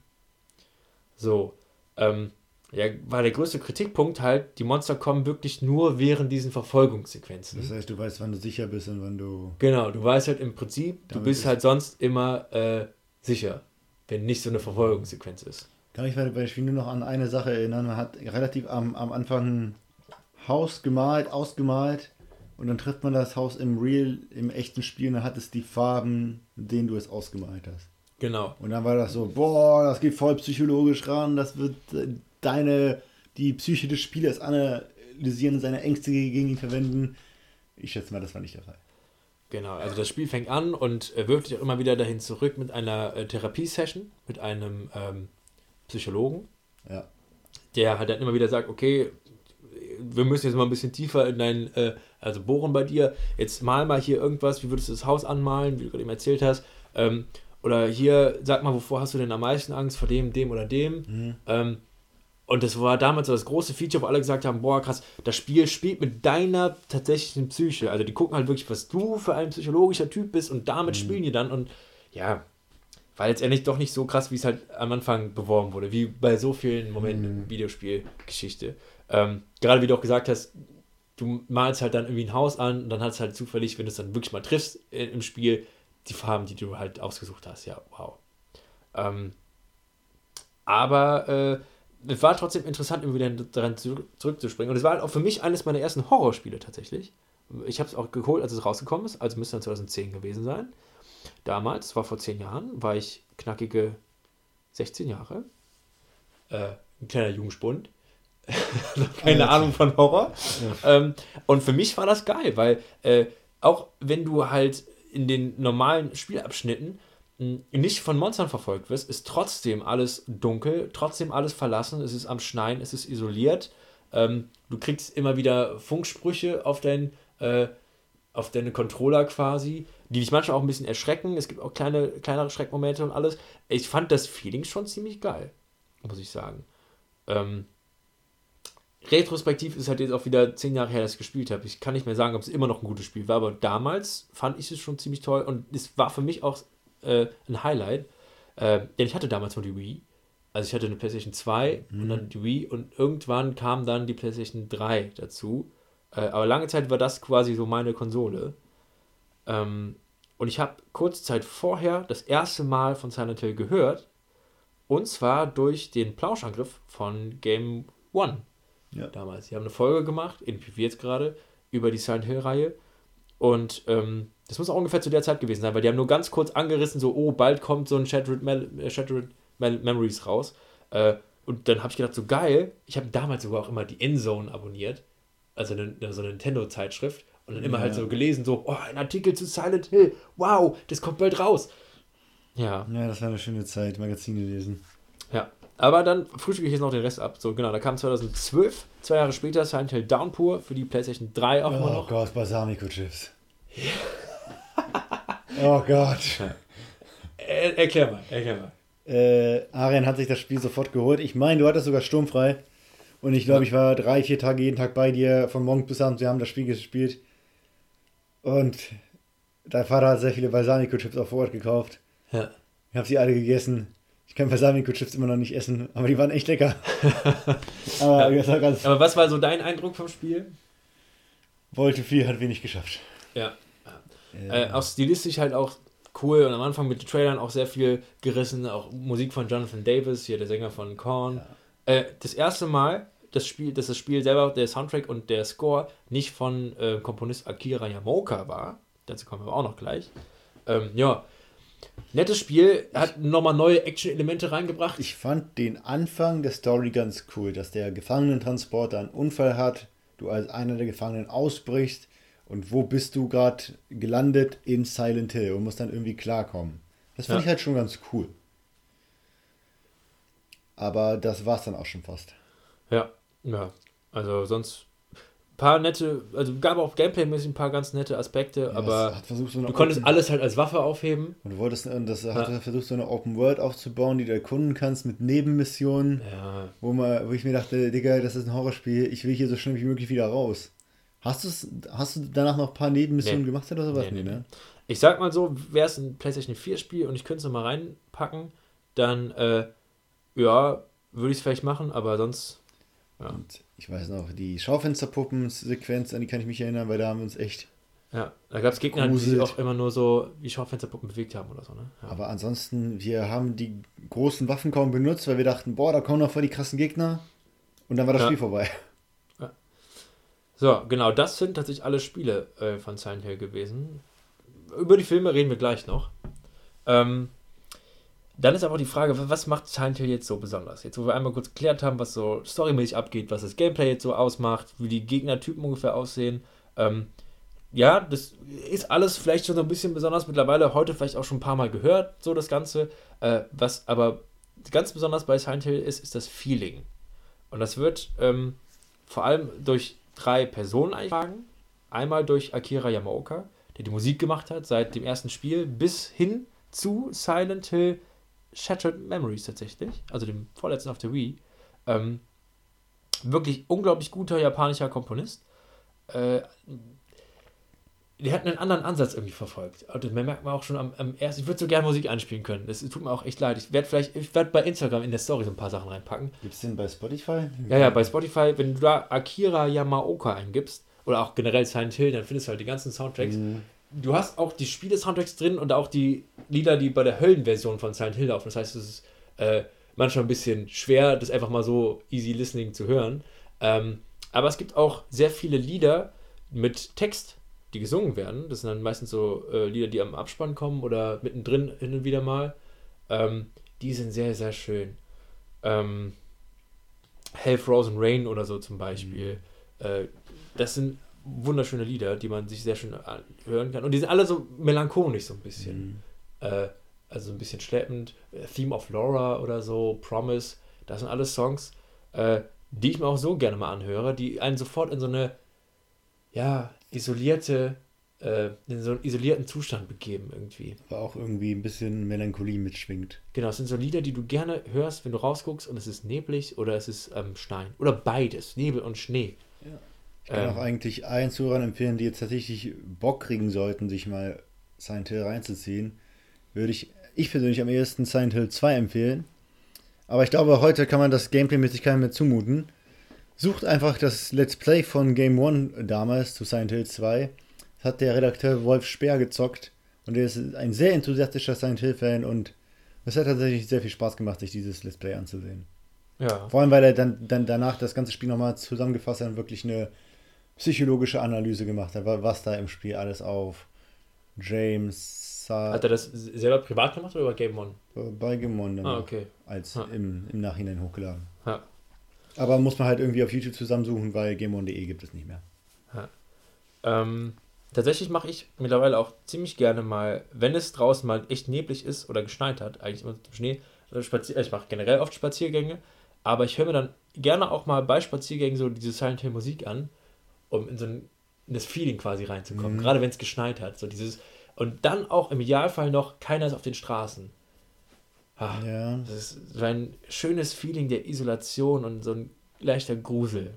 So, ähm, ja, war der größte Kritikpunkt halt, die Monster kommen wirklich nur während diesen Verfolgungssequenzen. Das heißt, du weißt, wann du sicher bist und wann du... Genau, du weißt halt im Prinzip, du Damit bist ist- halt sonst immer äh, sicher, wenn nicht so eine Verfolgungssequenz ist. Kann ich bei bei Spiel nur noch an eine Sache erinnern. Man hat relativ am, am Anfang ein Haus gemalt, ausgemalt und dann trifft man das Haus im Real, im echten Spiel und dann hat es die Farben, mit denen du es ausgemalt hast. Genau. Und dann war das so, boah, das geht voll psychologisch ran, das wird äh, deine, die Psyche des Spielers analysieren und seine Ängste gegen ihn verwenden. Ich schätze mal, das war nicht der Fall. Genau, also das Spiel fängt an und äh, wirft dich auch immer wieder dahin zurück mit einer äh, Therapiesession, mit einem ähm, Psychologen, Ja. der halt dann immer wieder sagt, okay, wir müssen jetzt mal ein bisschen tiefer in dein, äh, also bohren bei dir, jetzt mal mal hier irgendwas, wie würdest du das Haus anmalen, wie du gerade eben erzählt hast, ähm, oder hier, sag mal, wovor hast du denn am meisten Angst, vor dem, dem oder dem, Mhm. ähm, und das war damals so das große Feature, wo alle gesagt haben, boah, krass, das Spiel spielt mit deiner tatsächlichen Psyche. Also die gucken halt wirklich, was du für ein psychologischer Typ bist und damit Mhm. spielen die dann. Und ja, war letztendlich doch nicht so krass, wie es halt am Anfang beworben wurde, wie bei so vielen Momenten Mhm. in Videospielgeschichte. Ähm, gerade wie du auch gesagt hast, du malst halt dann irgendwie ein Haus an und dann hast du halt zufällig, wenn du es dann wirklich mal triffst äh, im Spiel, die Farben, die du halt ausgesucht hast. Ja, wow. Ähm, aber äh, es war trotzdem interessant, immer wieder daran zu, zurückzuspringen. Und es war halt auch für mich eines meiner ersten Horrorspiele tatsächlich. Ich habe es auch geholt, als es rausgekommen ist, also müsste dann zwanzig zehn gewesen sein. Damals, das war vor zehn Jahren, war ich knackige sechzehn Jahre. Äh, ein kleiner Jungspund. Noch keine Alter. Ahnung von Horror. Ähm, und für mich war das geil, weil äh, auch wenn du halt in den normalen Spielabschnitten mh, nicht von Monstern verfolgt wirst, ist trotzdem alles dunkel, trotzdem alles verlassen, es ist am Schneien, es ist isoliert. Ähm, du kriegst immer wieder Funksprüche auf, dein, äh, auf deine Controller quasi, die dich manchmal auch ein bisschen erschrecken. Es gibt auch kleine, kleinere Schreckmomente und alles. Ich fand das Feeling schon ziemlich geil, muss ich sagen. Ähm, retrospektiv ist halt jetzt auch wieder zehn Jahre her, dass ich gespielt habe. Ich kann nicht mehr sagen, ob es immer noch ein gutes Spiel war, aber damals fand ich es schon ziemlich toll und es war für mich auch äh, ein Highlight, äh, denn ich hatte damals nur die Wii. Also ich hatte eine PlayStation zwei mhm. und dann die Wii und irgendwann kam dann die PlayStation drei dazu. Äh, aber lange Zeit war das quasi so meine Konsole. Ähm, und ich habe kurze Zeit vorher das erste Mal von Silent Hill gehört. Und zwar durch den Plauschangriff von Game One. Ja. Damals. Sie haben eine Folge gemacht, ähnlich wie jetzt gerade, über die Silent Hill-Reihe. Und ähm, das muss auch ungefähr zu der Zeit gewesen sein, weil die haben nur ganz kurz angerissen, so, oh, bald kommt so ein Shattered, Mel- äh, Shattered Mel- Memories raus. Äh, und dann habe ich gedacht, so geil, ich habe damals sogar auch immer die Endzone abonniert, also eine, so eine Nintendo-Zeitschrift. Und dann immer ja. halt so gelesen, so, oh, ein Artikel zu Silent Hill, wow, das kommt bald raus. Ja. Ja, das war eine schöne Zeit, Magazine lesen. Ja, aber dann frühstücke ich jetzt noch den Rest ab. So, genau, da kam zwanzig zwölf, zwei Jahre später, Silent Hill Downpour für die PlayStation drei auch oh immer noch. Oh Gott, Balsamico-Chips. oh Gott. Ja. Er, erklär mal, erklär mal. Äh, Arian hat sich das Spiel sofort geholt. Ich meine, du hattest sogar sturmfrei. Und ich glaube, ja. ich war drei, vier Tage jeden Tag bei dir, von morgens bis abends. Wir haben das Spiel gespielt. Und dein Vater hat sehr viele Balsamico-Chips auf Vorrat gekauft. Ja. Ich habe sie alle gegessen. Ich kann Balsamico-Chips immer noch nicht essen, aber die waren echt lecker. aber, ja. ganz aber was war so dein Eindruck vom Spiel? Wollte viel, hat wenig geschafft. Ja. ja. Äh, auch stilistisch halt auch cool und am Anfang mit den Trailern auch sehr viel gerissen. Auch Musik von Jonathan Davis, hier der Sänger von Korn. Ja. Äh, das erste Mal, das Spiel, dass das Spiel selber, der Soundtrack und der Score nicht von äh, Komponist Akira Yamaoka war. Dazu kommen wir auch noch gleich. Ähm, ja. Nettes Spiel, hat nochmal neue Action-Elemente reingebracht. Ich fand den Anfang der Story ganz cool, dass der Gefangenentransporter einen Unfall hat, du als einer der Gefangenen ausbrichst und wo bist du gerade gelandet? In Silent Hill und musst dann irgendwie klarkommen. Das fand ja. ich halt schon ganz cool. Aber das war's dann auch schon fast. Ja, ja. Also sonst ein paar nette, also gab auch Gameplay-mäßig ein paar ganz nette Aspekte, ja, aber hat versucht, so eine du konntest Open alles halt als Waffe aufheben. Und du wolltest, und das ja. hat versucht, so eine Open World aufzubauen, die du erkunden kannst mit Nebenmissionen, ja. wo, man, wo ich mir dachte, Digga, das ist ein Horrorspiel, ich will hier so schnell wie möglich wieder raus. Hast, hast du danach noch ein paar Nebenmissionen nee. gemacht oder sowas? Nee, nee, ne? Ich sag mal so, wäre es ein PlayStation vier Spiel und ich könnte es noch mal reinpacken, dann, äh, ja, würde ich es vielleicht machen, aber sonst, ja. Und ich weiß noch, die Schaufensterpuppen-Sequenz, an die kann ich mich erinnern, weil da haben wir uns echt ja, da gab es Gegner, gruselt. Die sich auch immer nur so wie Schaufensterpuppen bewegt haben oder so, ne? Ja. Aber ansonsten, wir haben die großen Waffen kaum benutzt, weil wir dachten, boah, da kommen noch voll die krassen Gegner und dann war das ja. Spiel vorbei. Ja. So, genau, das sind tatsächlich alle Spiele äh, von Silent Hill gewesen. Über die Filme reden wir gleich noch. Ähm, Dann ist aber auch die Frage, was macht Silent Hill jetzt so besonders? Jetzt, wo wir einmal kurz geklärt haben, was so storymäßig abgeht, was das Gameplay jetzt so ausmacht, wie die Gegnertypen ungefähr aussehen. Ähm, ja, das ist alles vielleicht schon so ein bisschen besonders mittlerweile, heute vielleicht auch schon ein paar Mal gehört, so das Ganze. Äh, was aber ganz besonders bei Silent Hill ist, ist das Feeling. Und das wird ähm, vor allem durch drei Personen eingetragen. Einmal durch Akira Yamaoka, der die Musik gemacht hat, seit dem ersten Spiel bis hin zu Silent Hill Shattered Memories tatsächlich, also dem vorletzten auf der Wii. Ähm, wirklich unglaublich guter japanischer Komponist. Äh, der hat einen anderen Ansatz irgendwie verfolgt. Und das merkt man auch schon am, am ersten. Ich würde so gerne Musik einspielen können. Das tut mir auch echt leid. Ich werde vielleicht, ich werde bei Instagram in der Story so ein paar Sachen reinpacken. Gibt es den bei Spotify? Ja, ja, bei Spotify, wenn du da Akira Yamaoka eingibst, oder auch generell Silent Hill, dann findest du halt die ganzen Soundtracks. Mhm. Du hast auch die Spiele-Soundtracks drin und auch die Lieder, die bei der Höllenversion von Silent Hill laufen. Das heißt, es ist äh, manchmal ein bisschen schwer, das einfach mal so easy listening zu hören. Ähm, aber es gibt auch sehr viele Lieder mit Text, die gesungen werden. Das sind dann meistens so äh, Lieder, die am Abspann kommen oder mittendrin hin und wieder mal. Ähm, die sind sehr, sehr schön. Ähm, Hell Frozen Rain oder so zum Beispiel. Mhm. Äh, das sind wunderschöne Lieder, die man sich sehr schön hören kann. Und die sind alle so melancholisch so ein bisschen. Mhm. Äh, also ein bisschen schleppend. Theme of Laura oder so, Promise. Das sind alles Songs, äh, die ich mir auch so gerne mal anhöre, die einen sofort in so eine ja, isolierte äh, in so einen isolierten Zustand begeben irgendwie. Aber auch irgendwie ein bisschen Melancholie mitschwingt. Genau, es sind so Lieder, die du gerne hörst, wenn du rausguckst und es ist neblig oder es ist ähm, Schneien. Oder beides, Nebel und Schnee. Ja. Ich kann Ähm, auch eigentlich allen Zuhörern empfehlen, die jetzt tatsächlich Bock kriegen sollten, sich mal Silent Hill reinzuziehen, würde ich, ich persönlich am ehesten Silent Hill zwei empfehlen. Aber ich glaube, heute kann man das Gameplay-mäßig keinem mehr zumuten. Sucht einfach das Let's Play von Game One damals zu Silent Hill zwei. Das hat der Redakteur Wolf Speer gezockt. Und er ist ein sehr enthusiastischer Silent Hill-Fan und es hat tatsächlich sehr viel Spaß gemacht, sich dieses Let's Play anzusehen. ja. Vor allem, weil er dann, dann danach das ganze Spiel nochmal zusammengefasst hat und wirklich eine psychologische Analyse gemacht hat, was da im Spiel alles auf James Sa- Hat er das selber privat gemacht oder über Game One? bei Game One dann Ah, noch okay. als Ja. im, im Nachhinein hochgeladen. Ja. Aber muss man halt irgendwie auf YouTube zusammensuchen, weil game one punkt de gibt es nicht mehr. Ähm, tatsächlich mache ich mittlerweile auch ziemlich gerne mal, wenn es draußen mal echt neblig ist oder geschneit hat, eigentlich immer mit Schnee, also spazier ich mache generell oft Spaziergänge, aber ich höre mir dann gerne auch mal bei Spaziergängen so diese Silent Hill Musik an, um in so ein in das Feeling quasi reinzukommen, Mhm. gerade wenn es geschneit hat, so dieses und dann auch im Idealfall noch keiner ist auf den Straßen. Ah, Ja, das ist so ein schönes Feeling der Isolation und so ein leichter Grusel.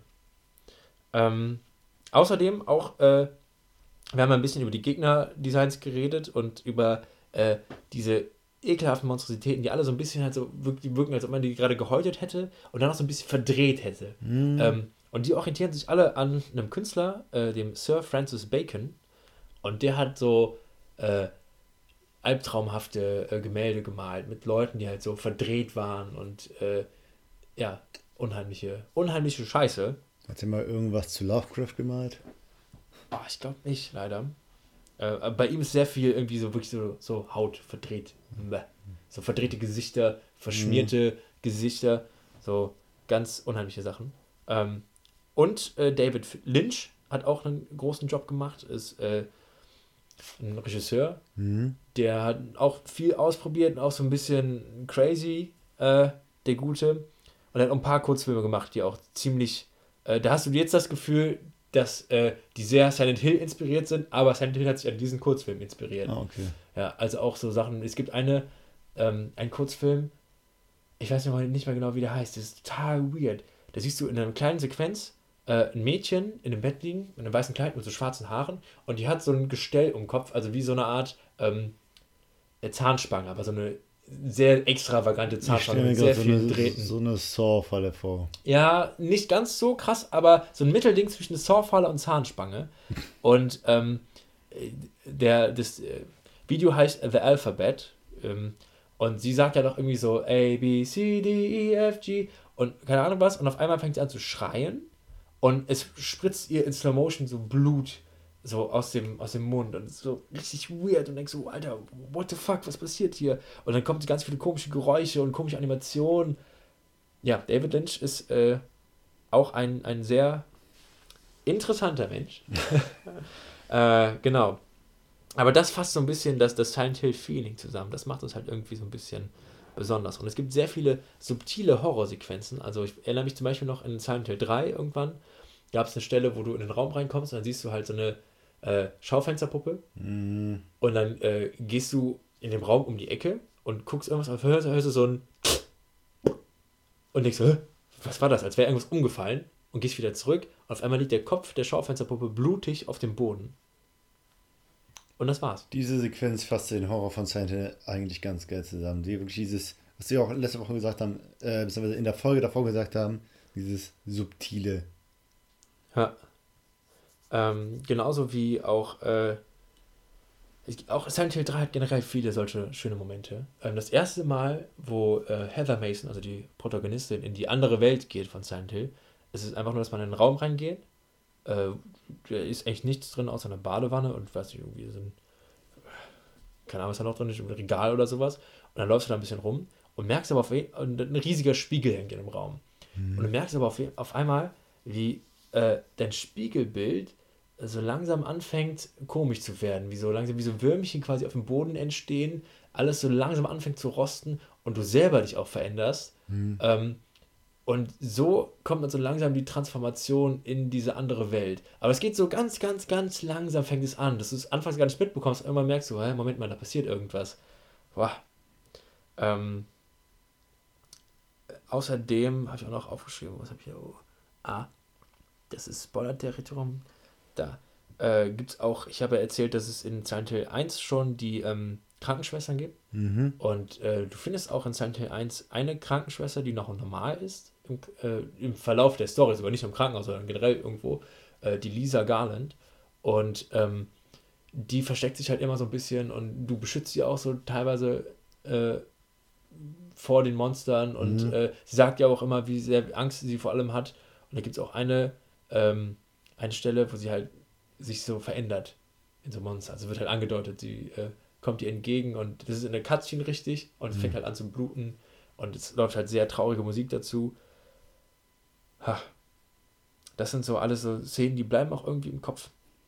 Ähm, außerdem auch, äh, wir haben ein bisschen über die Gegner-Designs geredet und über äh, diese ekelhaften Monstrositäten, die alle so ein bisschen halt so wirklich wirken, als ob man die gerade gehäutet hätte und dann auch so ein bisschen verdreht hätte. Mhm. Ähm, und die orientieren sich alle an einem Künstler, äh, dem Sir Francis Bacon. Und der hat so äh, albtraumhafte äh, Gemälde gemalt mit Leuten, die halt so verdreht waren und äh, ja, unheimliche, unheimliche Scheiße. Hat er mal irgendwas zu Lovecraft gemalt? Oh, ich glaube nicht, leider. Äh, aber bei ihm ist sehr viel irgendwie so wirklich so, so Haut verdreht. Bäh. So verdrehte Gesichter, verschmierte Gesichter, so ganz unheimliche Sachen. Ähm, und äh, David Lynch hat auch einen großen Job gemacht, ist äh, ein Regisseur, Mhm. der hat auch viel ausprobiert und auch so ein bisschen crazy, äh, der Gute. Und er hat auch ein paar Kurzfilme gemacht, die auch ziemlich, äh, da hast du jetzt das Gefühl, dass äh, die sehr Silent Hill inspiriert sind, aber Silent Hill hat sich an diesen Kurzfilm inspiriert. Ah, okay. Ja, also auch so Sachen, es gibt eine, ähm, einen Kurzfilm, ich weiß noch nicht mehr genau, wie der heißt, das ist total weird. Da siehst du in einer kleinen Sequenz äh, ein Mädchen in einem Bett liegen, mit einem weißen Kleid mit so schwarzen Haaren und die hat so ein Gestell um den Kopf, also wie so eine Art ähm, Zahnspange, aber so eine sehr extravagante Ich Zahnspange stelle mir mit sehr gerade so vielen eine, Drähten. so eine Saw-Falle vor. Ja, nicht ganz so krass, aber so ein Mittelding zwischen Sawfalle und Zahnspange. Und ähm, der, das äh, Video heißt The Alphabet. Ähm, und sie sagt ja doch irgendwie so A, B, C, D, E, F, G und keine Ahnung was. Und auf einmal fängt sie an zu schreien und es spritzt ihr in Slow Motion so Blut so aus dem, aus dem Mund und es ist so richtig weird und denkst so, Alter, what the fuck, was passiert hier? Und dann kommen ganz viele komische Geräusche und komische Animationen. Ja, David Lynch ist äh, auch ein, ein sehr interessanter Mensch. äh, genau. Aber das fasst so ein bisschen das, das Silent Hill Feeling zusammen. Das macht es halt irgendwie so ein bisschen besonders. Und es gibt sehr viele subtile Horrorsequenzen. Also ich erinnere mich zum Beispiel noch in Silent Hill drei irgendwann, gab es eine Stelle, wo du in den Raum reinkommst und dann siehst du halt so eine äh, Schaufensterpuppe Mhm. und dann äh, gehst du in dem Raum um die Ecke und guckst irgendwas auf, hörst, hörst du so ein und denkst so, hä? Was war das? Als wäre irgendwas umgefallen und gehst wieder zurück und auf einmal liegt der Kopf der Schaufensterpuppe blutig auf dem Boden. Und das war's. Diese Sequenz fasst den Horror von Silent Hill eigentlich ganz geil zusammen. Die wirklich dieses, was sie auch letzte Woche gesagt haben, äh, beziehungsweise in der Folge davor gesagt haben, dieses Subtile. Ja. Ähm, genauso wie auch, äh, ich, auch Silent Hill drei hat generell viele solche schöne Momente. Ähm, das erste Mal, wo äh, Heather Mason, also die Protagonistin, in die andere Welt geht von Silent Hill, es ist einfach nur, dass man in den Raum reingeht. Äh, da ist echt nichts drin außer einer Badewanne und weiß nicht, irgendwie so ein, keine Ahnung, was da noch drin ist, ein Regal oder sowas. Und dann läufst du da ein bisschen rum und merkst aber auf und ein riesiger Spiegel hängt in dem Raum. Mhm. Und du merkst aber auf, auf einmal, wie äh, dein Spiegelbild so langsam anfängt komisch zu werden, wie so langsam wie so Würmchen quasi auf dem Boden entstehen, alles so langsam anfängt zu rosten und du selber dich auch veränderst. Mhm. Ähm, Und so kommt man so langsam die Transformation in diese andere Welt. Aber es geht so ganz, ganz, ganz langsam fängt es an, dass du es anfangs gar nicht mitbekommst, und irgendwann merkst du, hey, Moment mal, da passiert irgendwas. Boah. Ähm, außerdem habe ich auch noch aufgeschrieben, was habe ich hier? Oh. Ah, das ist Spoiler-Territorium. Da äh, gibt es auch, ich habe ja erzählt, dass es in Silent Hill eins schon die ähm, Krankenschwestern gibt. Mhm. Und äh, du findest auch in Silent Hill eins eine Krankenschwester, die noch normal ist, im, äh, im Verlauf der Story, aber nicht im Krankenhaus, sondern generell irgendwo, äh, die Lisa Garland. Und ähm, die versteckt sich halt immer so ein bisschen und du beschützt sie auch so teilweise äh, vor den Monstern und Mhm. äh, sie sagt ja auch immer, wie sehr Angst sie vor allem hat. Und da gibt es auch eine, ähm, eine Stelle, wo sie halt sich so verändert in so Monster. Also wird halt angedeutet, sie äh, kommt ihr entgegen und das ist in der Cutscene richtig und es fängt Mhm. halt an zu bluten und es läuft halt sehr traurige Musik dazu. Ha, das sind so alles so Szenen, die bleiben auch irgendwie im Kopf.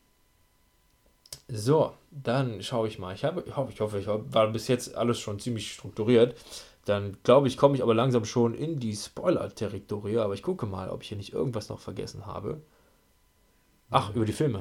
So, dann schaue ich mal. Ich habe, ich hoffe, ich hoffe, ich war bis jetzt alles schon ziemlich strukturiert. Dann glaube ich, komme ich aber langsam schon in die Spoiler-Territorie. Aber ich gucke mal, ob ich hier nicht irgendwas noch vergessen habe. Ach, über die Filme.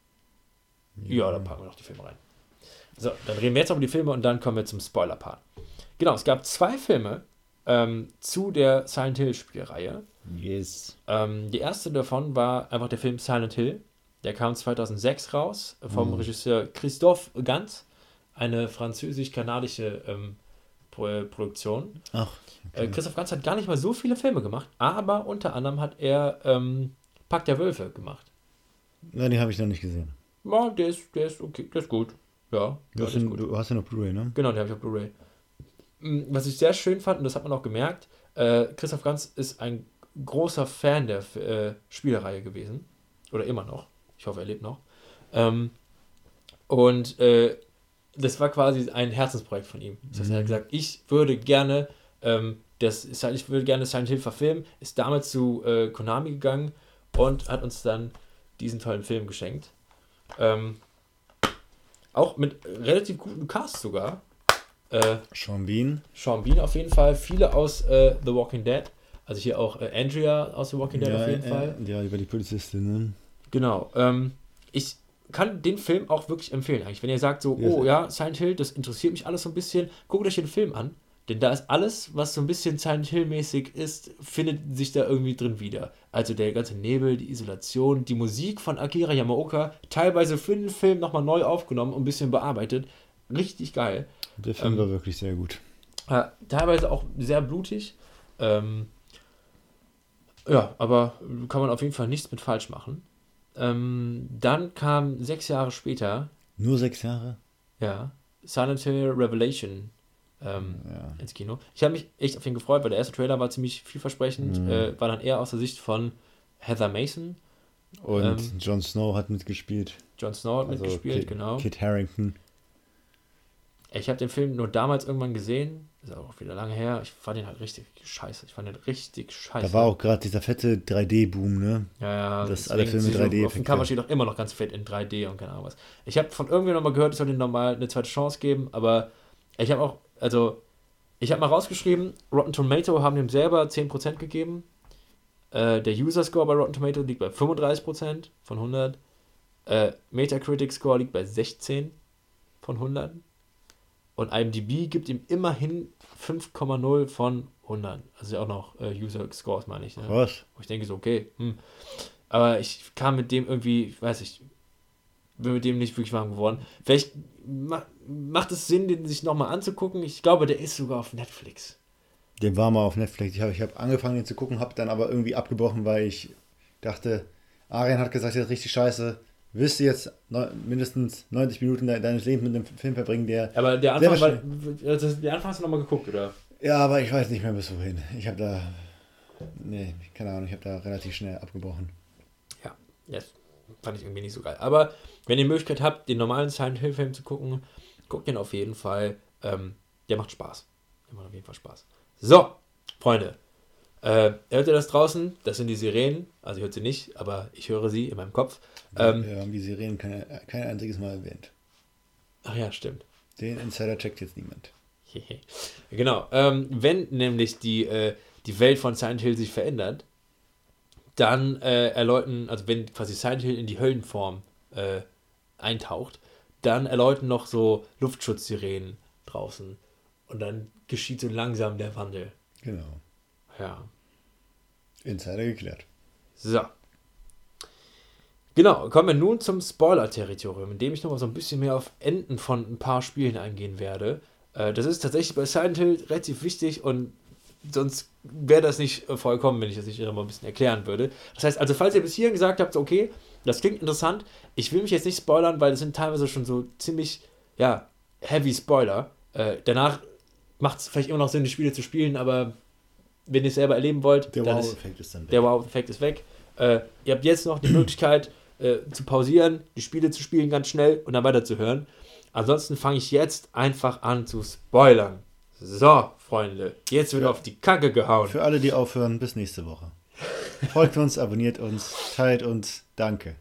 Ja, dann packen wir noch die Filme rein. So, dann reden wir jetzt über die Filme und dann kommen wir zum Spoiler-Part. Genau, es gab zwei Filme ähm, zu der Silent Hill-Spielreihe. Yes. Ähm, die erste davon war einfach der Film Silent Hill. Der kam zweitausendsechs raus vom Mhm. Regisseur Christophe Gans, eine französisch-kanadische ähm, Pro Produktion. Ach, Äh, okay. Christoph Gans hat gar nicht mal so viele Filme gemacht, aber unter anderem hat er ähm, Pack der Wölfe gemacht. Nein, den habe ich noch nicht gesehen. Ja, der ist, der ist okay, der ist gut. Ja, Du ja, hast, der ist den, gut. du hast ja noch Blu-ray, ne? Genau, den habe ich auf Blu-ray. Mm, Was ich sehr schön fand, und das hat man auch gemerkt, äh, Christoph Gans ist ein großer Fan der äh, Spielereihe gewesen. Oder immer noch. Ich hoffe, er lebt noch. Ähm, und äh, das war quasi ein Herzensprojekt von ihm. Das heißt, er hat Mhm. gesagt, ich würde gerne ähm, das, ich würde gerne Silent Hill verfilmen, ist damals zu äh, Konami gegangen und hat uns dann diesen tollen Film geschenkt. Ähm, auch mit relativ gutem Cast sogar. Äh, Sean Bean. Sean Bean auf jeden Fall, viele aus äh, The Walking Dead. Also hier auch äh, Andrea aus The Walking Dead Ja, auf jeden äh, Fall. ja, über die Polizistin, ne? Genau. Ähm, ich kann den Film auch wirklich empfehlen eigentlich. Wenn ihr sagt so, Ja, oh ja, Silent Hill, das interessiert mich alles so ein bisschen, guckt euch den Film an. Denn da ist alles, was so ein bisschen Silent Hill-mäßig ist, findet sich da irgendwie drin wieder. Also der ganze Nebel, die Isolation, die Musik von Akira Yamaoka, teilweise für den Film nochmal neu aufgenommen und ein bisschen bearbeitet. Richtig geil. der Film Ähm, war wirklich sehr gut. Äh, teilweise auch sehr blutig. Ähm, ja, aber kann man auf jeden Fall nichts mit falsch machen. Ähm, dann kam sechs Jahre später, Nur sechs Jahre? ja, Silent Hill Revelation ähm, Ja. ins Kino. Ich habe mich echt auf ihn gefreut, weil der erste Trailer war ziemlich vielversprechend. Mhm. Äh, war dann eher aus der Sicht von Heather Mason. Und Ähm, Jon Snow hat mitgespielt. Jon Snow hat Also mitgespielt, Kit, genau. Kit Harington. Ich habe den Film nur damals irgendwann gesehen. Ist auch wieder lange her. Ich fand den halt richtig scheiße. Ich fand den richtig scheiße. Da war auch gerade dieser fette drei D-Boom, ne? Ja, ja, dass deswegen alle Filme siehst du, drei D auf dem Effekte. Cover steht auch immer noch ganz fett in drei D und keine Ahnung was. Ich habe von irgendjemandem nochmal gehört, ich soll dem nochmal eine zweite Chance geben, aber ich habe auch, also, ich habe mal rausgeschrieben, Rotten Tomato haben dem selber zehn Prozent gegeben. Äh, der User-Score bei Rotten Tomato liegt bei fünfunddreißig Prozent von hundert. Äh, Metacritic-Score liegt bei sechzehn von hundert. Und IMDb gibt ihm immerhin fünf Komma null von hundert. Also ja auch noch äh, User-Scores, meine ich. Ne? Was? Wo ich denke so, okay, hm. Aber ich kam mit dem irgendwie, ich weiß nicht, bin mit dem nicht wirklich warm geworden. Vielleicht ma macht es Sinn, den sich nochmal anzugucken. Ich glaube, der ist sogar auf Netflix. Den war mal auf Netflix. Ich habe ich hab angefangen, den zu gucken, habe dann aber irgendwie abgebrochen, weil ich dachte, Arian hat gesagt, der ist richtig scheiße. Willst du jetzt neun, mindestens neunzig Minuten de deines Lebens mit einem Film verbringen, der... Aber der Sehr Anfang, war, also der Anfang hast du nochmal geguckt, oder? Ja, aber ich weiß nicht mehr bis wohin. Ich habe da... Nee, keine Ahnung, ich habe da relativ schnell abgebrochen. Ja, das fand ich irgendwie nicht so geil. Aber wenn ihr die Möglichkeit habt, den normalen Silent Hill Film zu gucken, guckt den auf jeden Fall. Ähm, der macht Spaß. Der macht auf jeden Fall Spaß. So, Freunde. Äh, hört ihr das draußen? Das sind die Sirenen. Also ihr hört sie nicht, aber ich höre sie in meinem Kopf. Ähm, Wir haben die Sirenen kein, kein einziges Mal erwähnt. ach ja, stimmt. Den Insider checkt jetzt niemand. Genau. Ähm, wenn nämlich die, äh, die Welt von Silent Hill sich verändert, dann äh, erläutern, also wenn quasi Silent Hill in die Höllenform äh, eintaucht, dann erläutern noch so Luftschutzsirenen draußen. Und dann geschieht so langsam der Wandel. Genau. Ja. Insider geklärt. So. Genau, kommen wir nun zum Spoiler-Territorium, in dem ich noch mal so ein bisschen mehr auf Enden von ein paar Spielen eingehen werde. Äh, das ist tatsächlich bei Silent Hill relativ wichtig und sonst wäre das nicht äh, vollkommen, wenn ich das nicht noch mal ein bisschen erklären würde. Das heißt, also falls ihr bis hierhin gesagt habt, okay, das klingt interessant, ich will mich jetzt nicht spoilern, weil das sind teilweise schon so ziemlich, ja, heavy Spoiler. Äh, danach macht es vielleicht immer noch Sinn, die Spiele zu spielen, aber wenn ihr es selber erleben wollt, der Wow-Effekt ist, ist dann weg. Der Wow-Effekt ist weg. Äh, ihr habt jetzt noch die Möglichkeit äh, zu pausieren, die Spiele zu spielen ganz schnell und dann weiterzuhören. Ansonsten fange ich jetzt einfach an zu spoilern. So, Freunde, jetzt wird für, auf die Kacke gehauen. Für alle, die aufhören, bis nächste Woche. Folgt uns, abonniert uns, teilt uns, danke.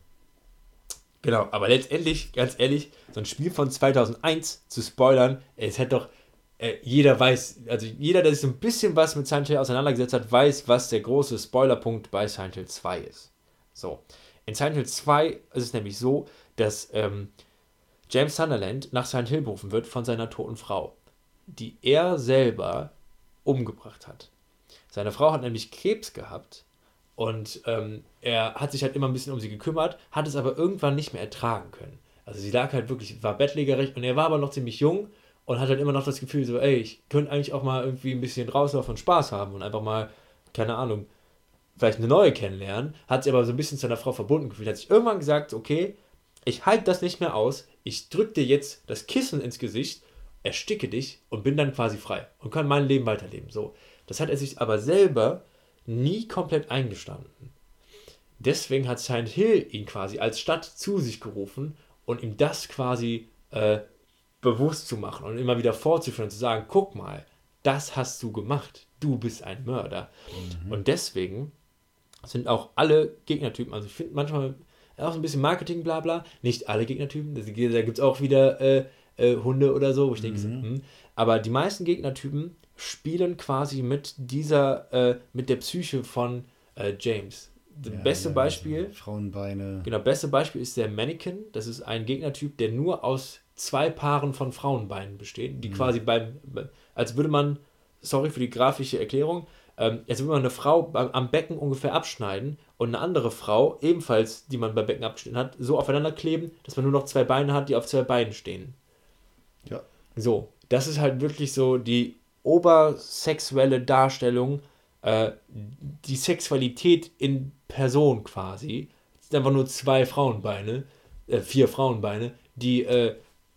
Genau, aber letztendlich, ganz ehrlich, so ein Spiel von zweitausendeins zu spoilern, es hätte doch äh, jeder weiß, also jeder, der sich so ein bisschen was mit Silent Hill auseinandergesetzt hat, weiß, was der große Spoilerpunkt bei Silent Hill zwei ist. So, in Silent Hill zwei ist es nämlich so, dass ähm, James Sunderland nach Silent Hill berufen wird von seiner toten Frau, die er selber umgebracht hat. Seine Frau hat nämlich Krebs gehabt und ähm, er hat sich halt immer ein bisschen um sie gekümmert, hat es aber irgendwann nicht mehr ertragen können. Also sie lag halt wirklich, war bettlägerig und er war aber noch ziemlich jung und hat halt immer noch das Gefühl so, ey, ich könnte eigentlich auch mal irgendwie ein bisschen rauslaufen und Spaß haben und einfach mal, keine Ahnung, vielleicht eine neue kennenlernen, hat sich aber so ein bisschen zu seiner Frau verbunden gefühlt, hat sich irgendwann gesagt, okay, ich halte das nicht mehr aus, ich drücke dir jetzt das Kissen ins Gesicht, ersticke dich und bin dann quasi frei und kann mein Leben weiterleben. So, das hat er sich aber selber nie komplett eingestanden. Deswegen hat Silent Hill ihn quasi als Stadt zu sich gerufen und ihm das quasi äh, bewusst zu machen und immer wieder vorzuführen und zu sagen, guck mal, das hast du gemacht, du bist ein Mörder. Mhm. Und deswegen sind auch alle Gegnertypen, also ich finde manchmal auch so ein bisschen Marketing, bla bla, nicht alle Gegnertypen, da gibt es auch wieder äh, äh, Hunde oder so, wo ich denke, mhm. hm, aber die meisten Gegnertypen spielen quasi mit dieser, äh, mit der Psyche von äh, James. Das ja, beste ja, Beispiel, also Frauenbeine. Genau, beste Beispiel ist der Mannequin. Das ist ein Gegnertyp, der nur aus zwei Paaren von Frauenbeinen besteht, die mhm. quasi beim, als würde man, sorry für die grafische Erklärung, ähm, als würde man eine Frau am, am Becken ungefähr abschneiden und eine andere Frau, ebenfalls, die man beim Becken abgeschnitten hat, so aufeinander kleben, dass man nur noch zwei Beine hat, die auf zwei Beinen stehen. Ja. So, das ist halt wirklich so die obersexuelle Darstellung, äh, die Sexualität in Person quasi. Es sind einfach nur zwei Frauenbeine, äh, vier Frauenbeine, die äh,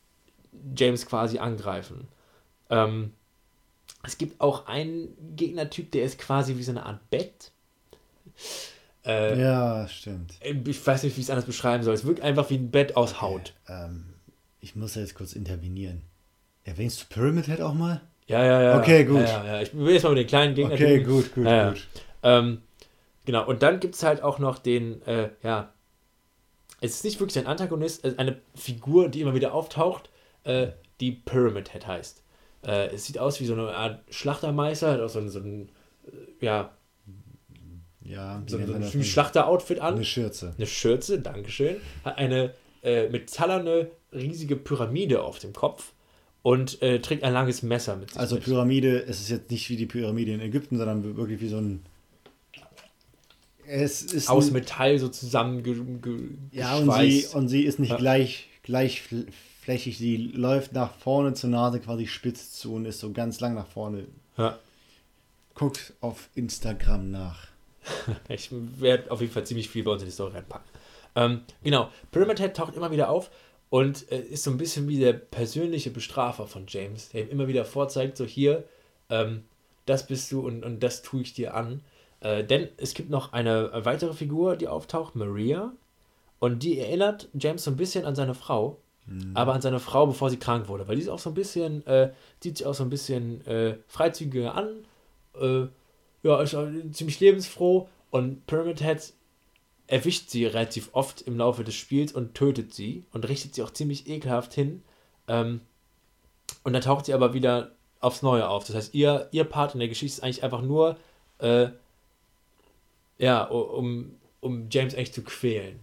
James quasi angreifen. Ähm, es gibt auch einen Gegnertyp, der ist quasi wie so eine Art Bett. Äh, ja, stimmt. Ich weiß nicht, wie ich es anders beschreiben soll. Es wirkt einfach wie ein Bett aus Haut. Okay, ähm, ich muss jetzt kurz intervenieren. Erwähnst du Pyramid Head auch mal? Ja, ja, ja. Okay, gut. Ja, ja, ja. Ich will jetzt mal mit den kleinen Gegnern. Okay, gut, gut, ja, gut. Ja. Ähm, genau, und dann gibt es halt auch noch den, äh, ja, es ist nicht wirklich ein Antagonist, es ist eine Figur, die immer wieder auftaucht, äh, die Pyramid Head heißt. Äh, es sieht aus wie so eine Art Schlachtermeister, hat auch so ein, so ein ja, ja so, so ein Schlachter-Outfit an. Eine Schürze. Eine Schürze, dankeschön. Hat eine äh, metallerne, riesige Pyramide auf dem Kopf. Und äh, trägt ein langes Messer mit sich. Also mit. Pyramide, es ist jetzt nicht wie die Pyramide in Ägypten, sondern wirklich wie so ein... Es ist aus ein, Metall so zusammen ge, ge, Ja, und sie, und sie ist nicht ja. gleich, gleichflächig. Sie läuft nach vorne zur Nase quasi spitz zu und ist so ganz lang nach vorne. Ja. Guckt auf Instagram nach. Ich werde auf jeden Fall ziemlich viel bei uns in die Story reinpacken. Ähm, genau, Pyramid Head taucht immer wieder auf. Und äh, ist so ein bisschen wie der persönliche Bestrafer von James, der ihm immer wieder vorzeigt, so hier, ähm, das bist du und, und das tue ich dir an. Äh, denn es gibt noch eine weitere Figur, die auftaucht, Maria. Und die erinnert James so ein bisschen an seine Frau, mhm. aber an seine Frau, bevor sie krank wurde. Weil die ist auch so ein bisschen, äh, sieht sich auch so ein bisschen äh, freizügiger an. Äh, ja, ist auch ziemlich lebensfroh. Und Pyramid Head erwischt sie relativ oft im Laufe des Spiels und tötet sie und richtet sie auch ziemlich ekelhaft hin. Ähm, und dann taucht sie aber wieder aufs Neue auf. Das heißt, ihr, ihr Part in der Geschichte ist eigentlich einfach nur äh, ja, um, um James echt zu quälen.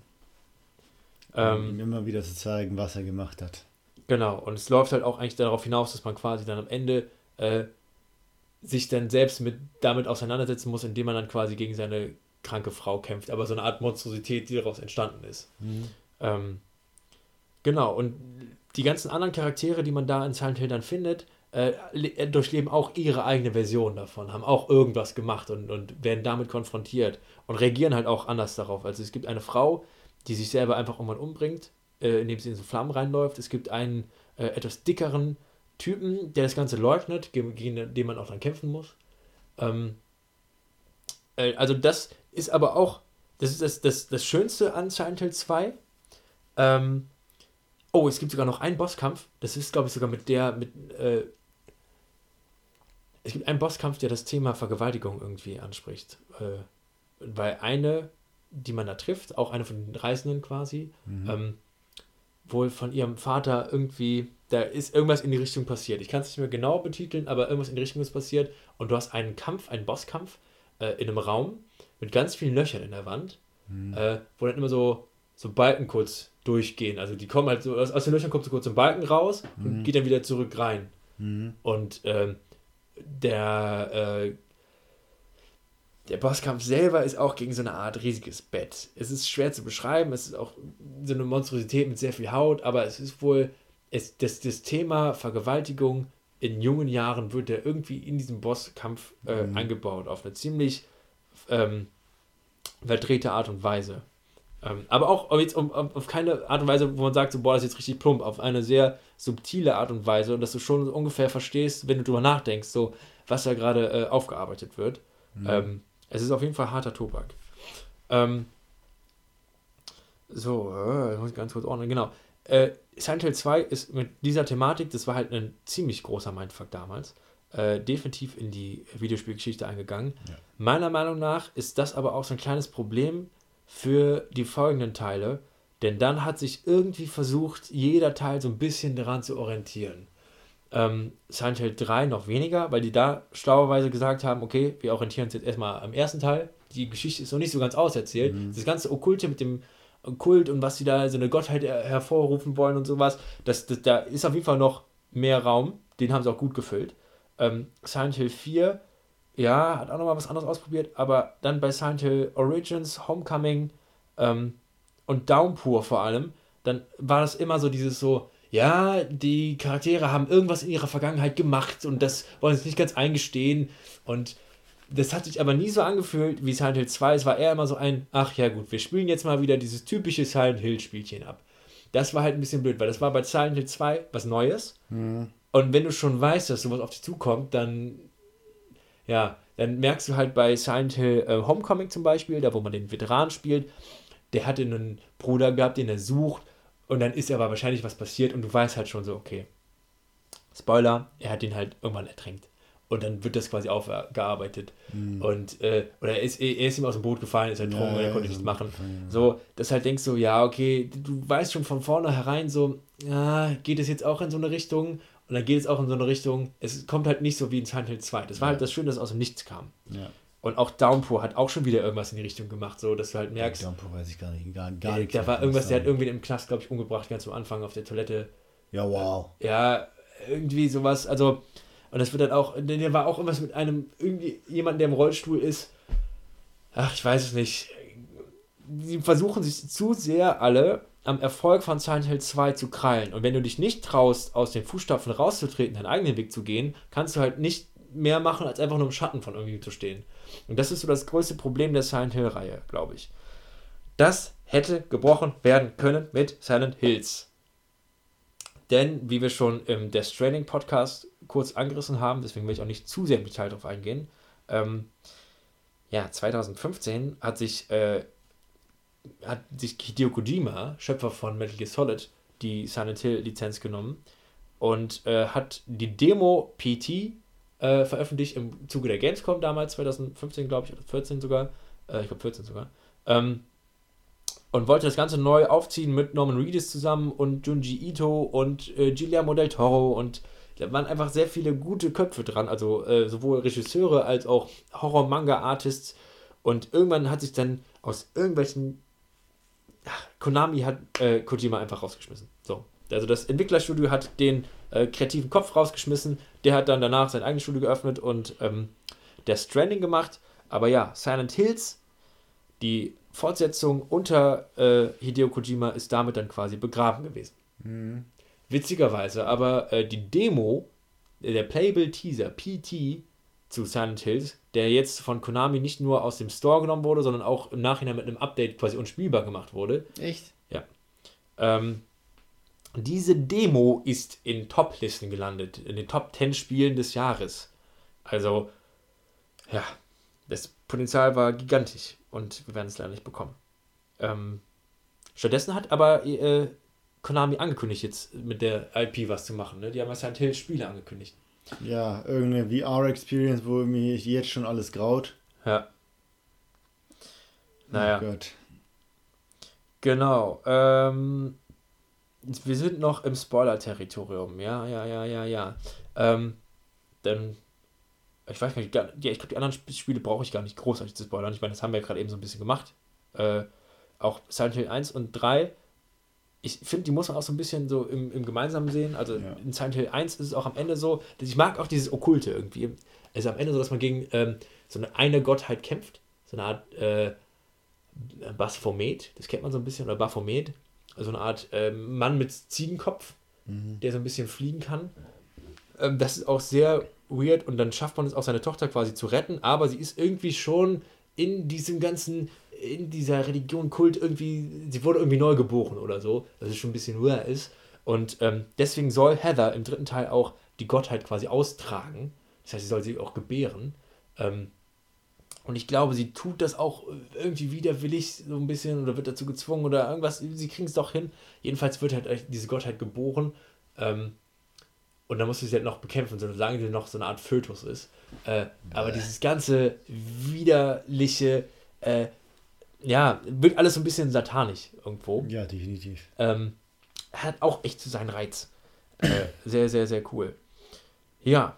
Ähm, ihm immer wieder zu zeigen, was er gemacht hat. Genau, und es läuft halt auch eigentlich darauf hinaus, dass man quasi dann am Ende äh, sich dann selbst mit damit auseinandersetzen muss, indem man dann quasi gegen seine kranke Frau kämpft, aber so eine Art Monstrosität, die daraus entstanden ist. Mhm. Ähm, genau, und die ganzen anderen Charaktere, die man da in Silent Hill dann findet, äh, le- durchleben auch ihre eigene Version davon, haben auch irgendwas gemacht und, und werden damit konfrontiert und reagieren halt auch anders darauf. Also es gibt eine Frau, die sich selber einfach irgendwann umbringt, äh, indem sie in so Flammen reinläuft. Es gibt einen äh, etwas dickeren Typen, der das Ganze leugnet, gegen, gegen den man auch dann kämpfen muss. Ähm, äh, also das ist aber auch, das ist das, das, das Schönste an Silent Hill zwei. Ähm, oh, es gibt sogar noch einen Bosskampf, das ist glaube ich sogar mit der, mit, äh, es gibt einen Bosskampf, der das Thema Vergewaltigung irgendwie anspricht. Äh, weil eine, die man da trifft, auch eine von den Reisenden quasi, Mhm. ähm, wohl von ihrem Vater irgendwie, da ist irgendwas in die Richtung passiert. Ich kann es nicht mehr genau betiteln, aber irgendwas in die Richtung ist passiert und du hast einen Kampf, einen Bosskampf äh, in einem Raum mit ganz vielen Löchern in der Wand, Mhm. äh, wo dann immer so, so Balken kurz durchgehen. Also die kommen halt so, aus, aus den Löchern kommt so kurz ein Balken raus und Mhm. geht dann wieder zurück rein. Mhm. Und ähm, der, äh, der Bosskampf selber ist auch gegen so eine Art riesiges Bett. Es ist schwer zu beschreiben, es ist auch so eine Monstrosität mit sehr viel Haut, aber es ist wohl, es, das, das Thema Vergewaltigung in jungen Jahren wird ja irgendwie in diesem Bosskampf äh, Mhm. eingebaut, auf eine ziemlich ähm, verdrehte Art und Weise. Ähm, aber auch auf jetzt um, um, auf keine Art und Weise, wo man sagt, so, boah, das ist jetzt richtig plump, auf eine sehr subtile Art und Weise und dass du schon ungefähr verstehst, wenn du drüber nachdenkst, so, was da gerade äh, aufgearbeitet wird. Mhm. Ähm, es ist auf jeden Fall harter Tobak. Ähm, so, äh, muss ich ganz kurz ordnen, genau. Äh, Silent Hill zwei ist mit dieser Thematik, das war halt ein ziemlich großer Mindfuck damals, äh, definitiv in die Videospielgeschichte eingegangen. Ja. Meiner Meinung nach ist das aber auch so ein kleines Problem für die folgenden Teile, denn dann hat sich irgendwie versucht, jeder Teil so ein bisschen daran zu orientieren. Ähm, Silent Hill drei noch weniger, weil die da schlauerweise gesagt haben, okay, wir orientieren uns jetzt erstmal am ersten Teil. Die Geschichte ist noch nicht so ganz auserzählt. Mhm. Das ganze Okkulte mit dem Kult und was sie da, so eine Gottheit her- hervorrufen wollen und sowas, das, das, da ist auf jeden Fall noch mehr Raum. Den haben sie auch gut gefüllt. Ähm, Silent Hill vier, ja, hat auch nochmal was anderes ausprobiert, aber dann bei Silent Hill Origins, Homecoming ähm, und Downpour vor allem, dann war das immer so dieses so, ja, die Charaktere haben irgendwas in ihrer Vergangenheit gemacht und das wollen sie nicht ganz eingestehen und das hat sich aber nie so angefühlt wie Silent Hill zwei. Es war eher immer so ein, ach ja gut, wir spielen jetzt mal wieder dieses typische Silent Hill Spielchen ab. Das war halt ein bisschen blöd, weil das war bei Silent Hill zwei was Neues Mhm. und wenn du schon weißt, dass sowas auf dich zukommt, dann ja, dann merkst du halt bei Silent Hill äh, Homecoming zum Beispiel, da wo man den Veteran spielt, der hatte einen Bruder gehabt, den er sucht und dann ist aber wahrscheinlich was passiert und du weißt halt schon so, okay, Spoiler, er hat ihn halt irgendwann ertränkt. Und dann wird das quasi aufgearbeitet. Mhm. Und, äh, oder er ist, er ist ihm aus dem Boot gefallen, ist ertrunken Ja, und er ja, konnte ist nichts im machen. Boot gefallen, ja. So, dass halt denkst du, ja, okay, du weißt schon von vornherein so, ja, geht es jetzt auch in so eine Richtung? Und dann geht es auch in so eine Richtung, es kommt halt nicht so wie in Silent Hill zwei. Das war Ja. halt das Schöne, dass es aus dem Nichts kam. Ja. Und auch Downpour hat auch schon wieder irgendwas in die Richtung gemacht, so dass du halt merkst, Downpour weiß ich gar nicht. Gar, gar äh, nichts da war davon irgendwas, der hat sagen. irgendwen im Knast, glaube ich, umgebracht, ganz am Anfang auf der Toilette. Ja, wow. Ja, irgendwie sowas, also, und das wird dann auch, denn der war auch irgendwas mit einem, irgendwie jemand, der im Rollstuhl ist. Ach, ich weiß es nicht. Die versuchen sich zu sehr alle am Erfolg von Silent Hill zwei zu krallen. Und wenn du dich nicht traust, aus den Fußstapfen rauszutreten, deinen eigenen Weg zu gehen, kannst du halt nicht mehr machen, als einfach nur im Schatten von irgendwie zu stehen. Und das ist so das größte Problem der Silent Hill-Reihe, glaube ich. Das hätte gebrochen werden können mit Silent Hills. Denn, wie wir schon im Death Stranding Podcast kurz angerissen haben, deswegen will ich auch nicht zu sehr im Detail drauf eingehen, ähm, ja, zwanzig fünfzehn hat sich, äh, hat sich Hideo Kojima, Schöpfer von Metal Gear Solid, die Silent Hill Lizenz genommen und äh, hat die Demo P T äh, veröffentlicht im Zuge der Gamescom damals, zwanzig fünfzehn glaube ich, oder vierzehn sogar, äh, ich glaube vierzehn sogar, ähm, und wollte das Ganze neu aufziehen mit Norman Reedus zusammen und Junji Ito und äh, Guillermo del Toro und da waren einfach sehr viele gute Köpfe dran, also äh, sowohl Regisseure als auch Horror-Manga-Artists. Und irgendwann hat sich dann aus irgendwelchen... Ach, Konami hat äh, Kojima einfach rausgeschmissen. So. Also das Entwicklerstudio hat den äh, kreativen Kopf rausgeschmissen, der hat dann danach sein eigenes Studio geöffnet und ähm, der Stranding gemacht. Aber ja, Silent Hills, die Fortsetzung unter äh, Hideo Kojima, ist damit dann quasi begraben gewesen. Mhm. Witzigerweise, aber äh, die Demo, der Playable Teaser, P T, zu Silent Hills, der jetzt von Konami nicht nur aus dem Store genommen wurde, sondern auch im Nachhinein mit einem Update quasi unspielbar gemacht wurde. Echt? Ja. Ähm, diese Demo ist in Top-Listen gelandet, in den Top zehn Spielen des Jahres. Also, ja, das Potenzial war gigantisch und wir werden es leider nicht bekommen. Ähm, stattdessen hat aber äh, Konami angekündigt, jetzt mit der I P was zu machen. Ne? Die haben ja Silent Hill Spiele angekündigt. Ja, irgendeine V R-Experience, wo mir jetzt schon alles graut. Ja. Naja. Oh Gott. Genau. Ähm, wir sind noch im Spoiler-Territorium. Ja, ja, ja, ja, ja. Ähm, denn ich weiß gar nicht, ja, ich glaube, die anderen Spiele brauche ich gar nicht großartig zu spoilern. Ich meine, das haben wir ja gerade eben so ein bisschen gemacht. Äh, auch Silent Hill eins und drei. Ich finde, die muss man auch so ein bisschen so im, im Gemeinsamen sehen. Also Ja. in Silent Hill eins ist es auch am Ende so, dass ich mag auch dieses Okkulte irgendwie. Es ist am Ende so, dass man gegen ähm, so eine, eine Gottheit kämpft. So eine Art äh, Baphomet, das kennt man so ein bisschen, oder Baphomet. Also eine Art äh, Mann mit Ziegenkopf, Mhm. der so ein bisschen fliegen kann. Ähm, das ist auch sehr weird und dann schafft man es auch, seine Tochter quasi zu retten, aber sie ist irgendwie schon in diesem ganzen, in dieser Religion, Kult irgendwie, sie wurde irgendwie neu geboren oder so, dass es schon ein bisschen weird ist. Und ähm, deswegen soll Heather im dritten Teil auch die Gottheit quasi austragen. Das heißt, sie soll sie auch gebären. Ähm, und ich glaube, sie tut das auch irgendwie widerwillig so ein bisschen oder wird dazu gezwungen oder irgendwas. Sie kriegen es doch hin. Jedenfalls wird halt diese Gottheit geboren. Ähm, und dann muss sie sie halt noch bekämpfen, solange sie noch so eine Art Fötus ist. Äh, aber dieses ganze widerliche, äh, ja, wird alles so ein bisschen satanisch irgendwo. Ja, definitiv. Ähm, hat auch echt so seinen Reiz. Äh, sehr, sehr, sehr cool. Ja.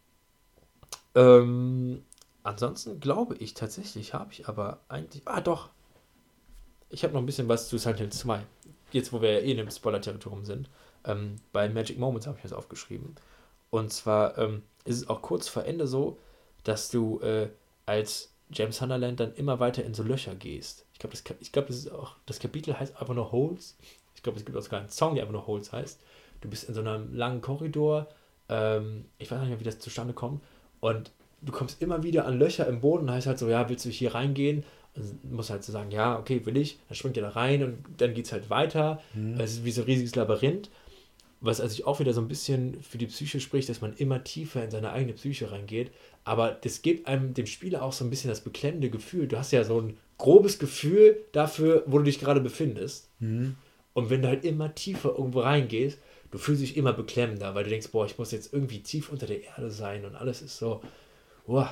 Ähm, ansonsten glaube ich tatsächlich, habe ich aber eigentlich. Ah, doch. Ich habe noch ein bisschen was zu Silent Hill zwei. Jetzt, wo wir ja eh in dem Spoiler-Territorium sind. Ähm, bei Magic Moments habe ich das aufgeschrieben. Und zwar ähm, ist es auch kurz vor Ende so, dass du äh, als James Sunderland dann immer weiter in so Löcher gehst. Ich glaube, das, ich glaub, das ist auch, das Kapitel heißt einfach nur Holes. Ich glaube, es gibt auch sogar einen Song, der einfach nur Holes heißt. Du bist in so einem langen Korridor. Ähm, ich weiß nicht mehr, wie das zustande kommt. Und du kommst immer wieder an Löcher im Boden und heißt halt so, ja, willst du hier reingehen? Und musst halt so sagen, ja, okay, will ich. Dann springt ihr da rein und dann geht es halt weiter. Mhm. Es ist wie so ein riesiges Labyrinth. Was also auch wieder so ein bisschen für die Psyche spricht, dass man immer tiefer in seine eigene Psyche reingeht. Aber das gibt einem, dem Spieler, auch so ein bisschen das beklemmende Gefühl. Du hast ja so ein grobes Gefühl dafür, wo du dich gerade befindest. Mhm. Und wenn du halt immer tiefer irgendwo reingehst, du fühlst dich immer beklemmender, weil du denkst, boah, ich muss jetzt irgendwie tief unter der Erde sein und alles ist so, boah.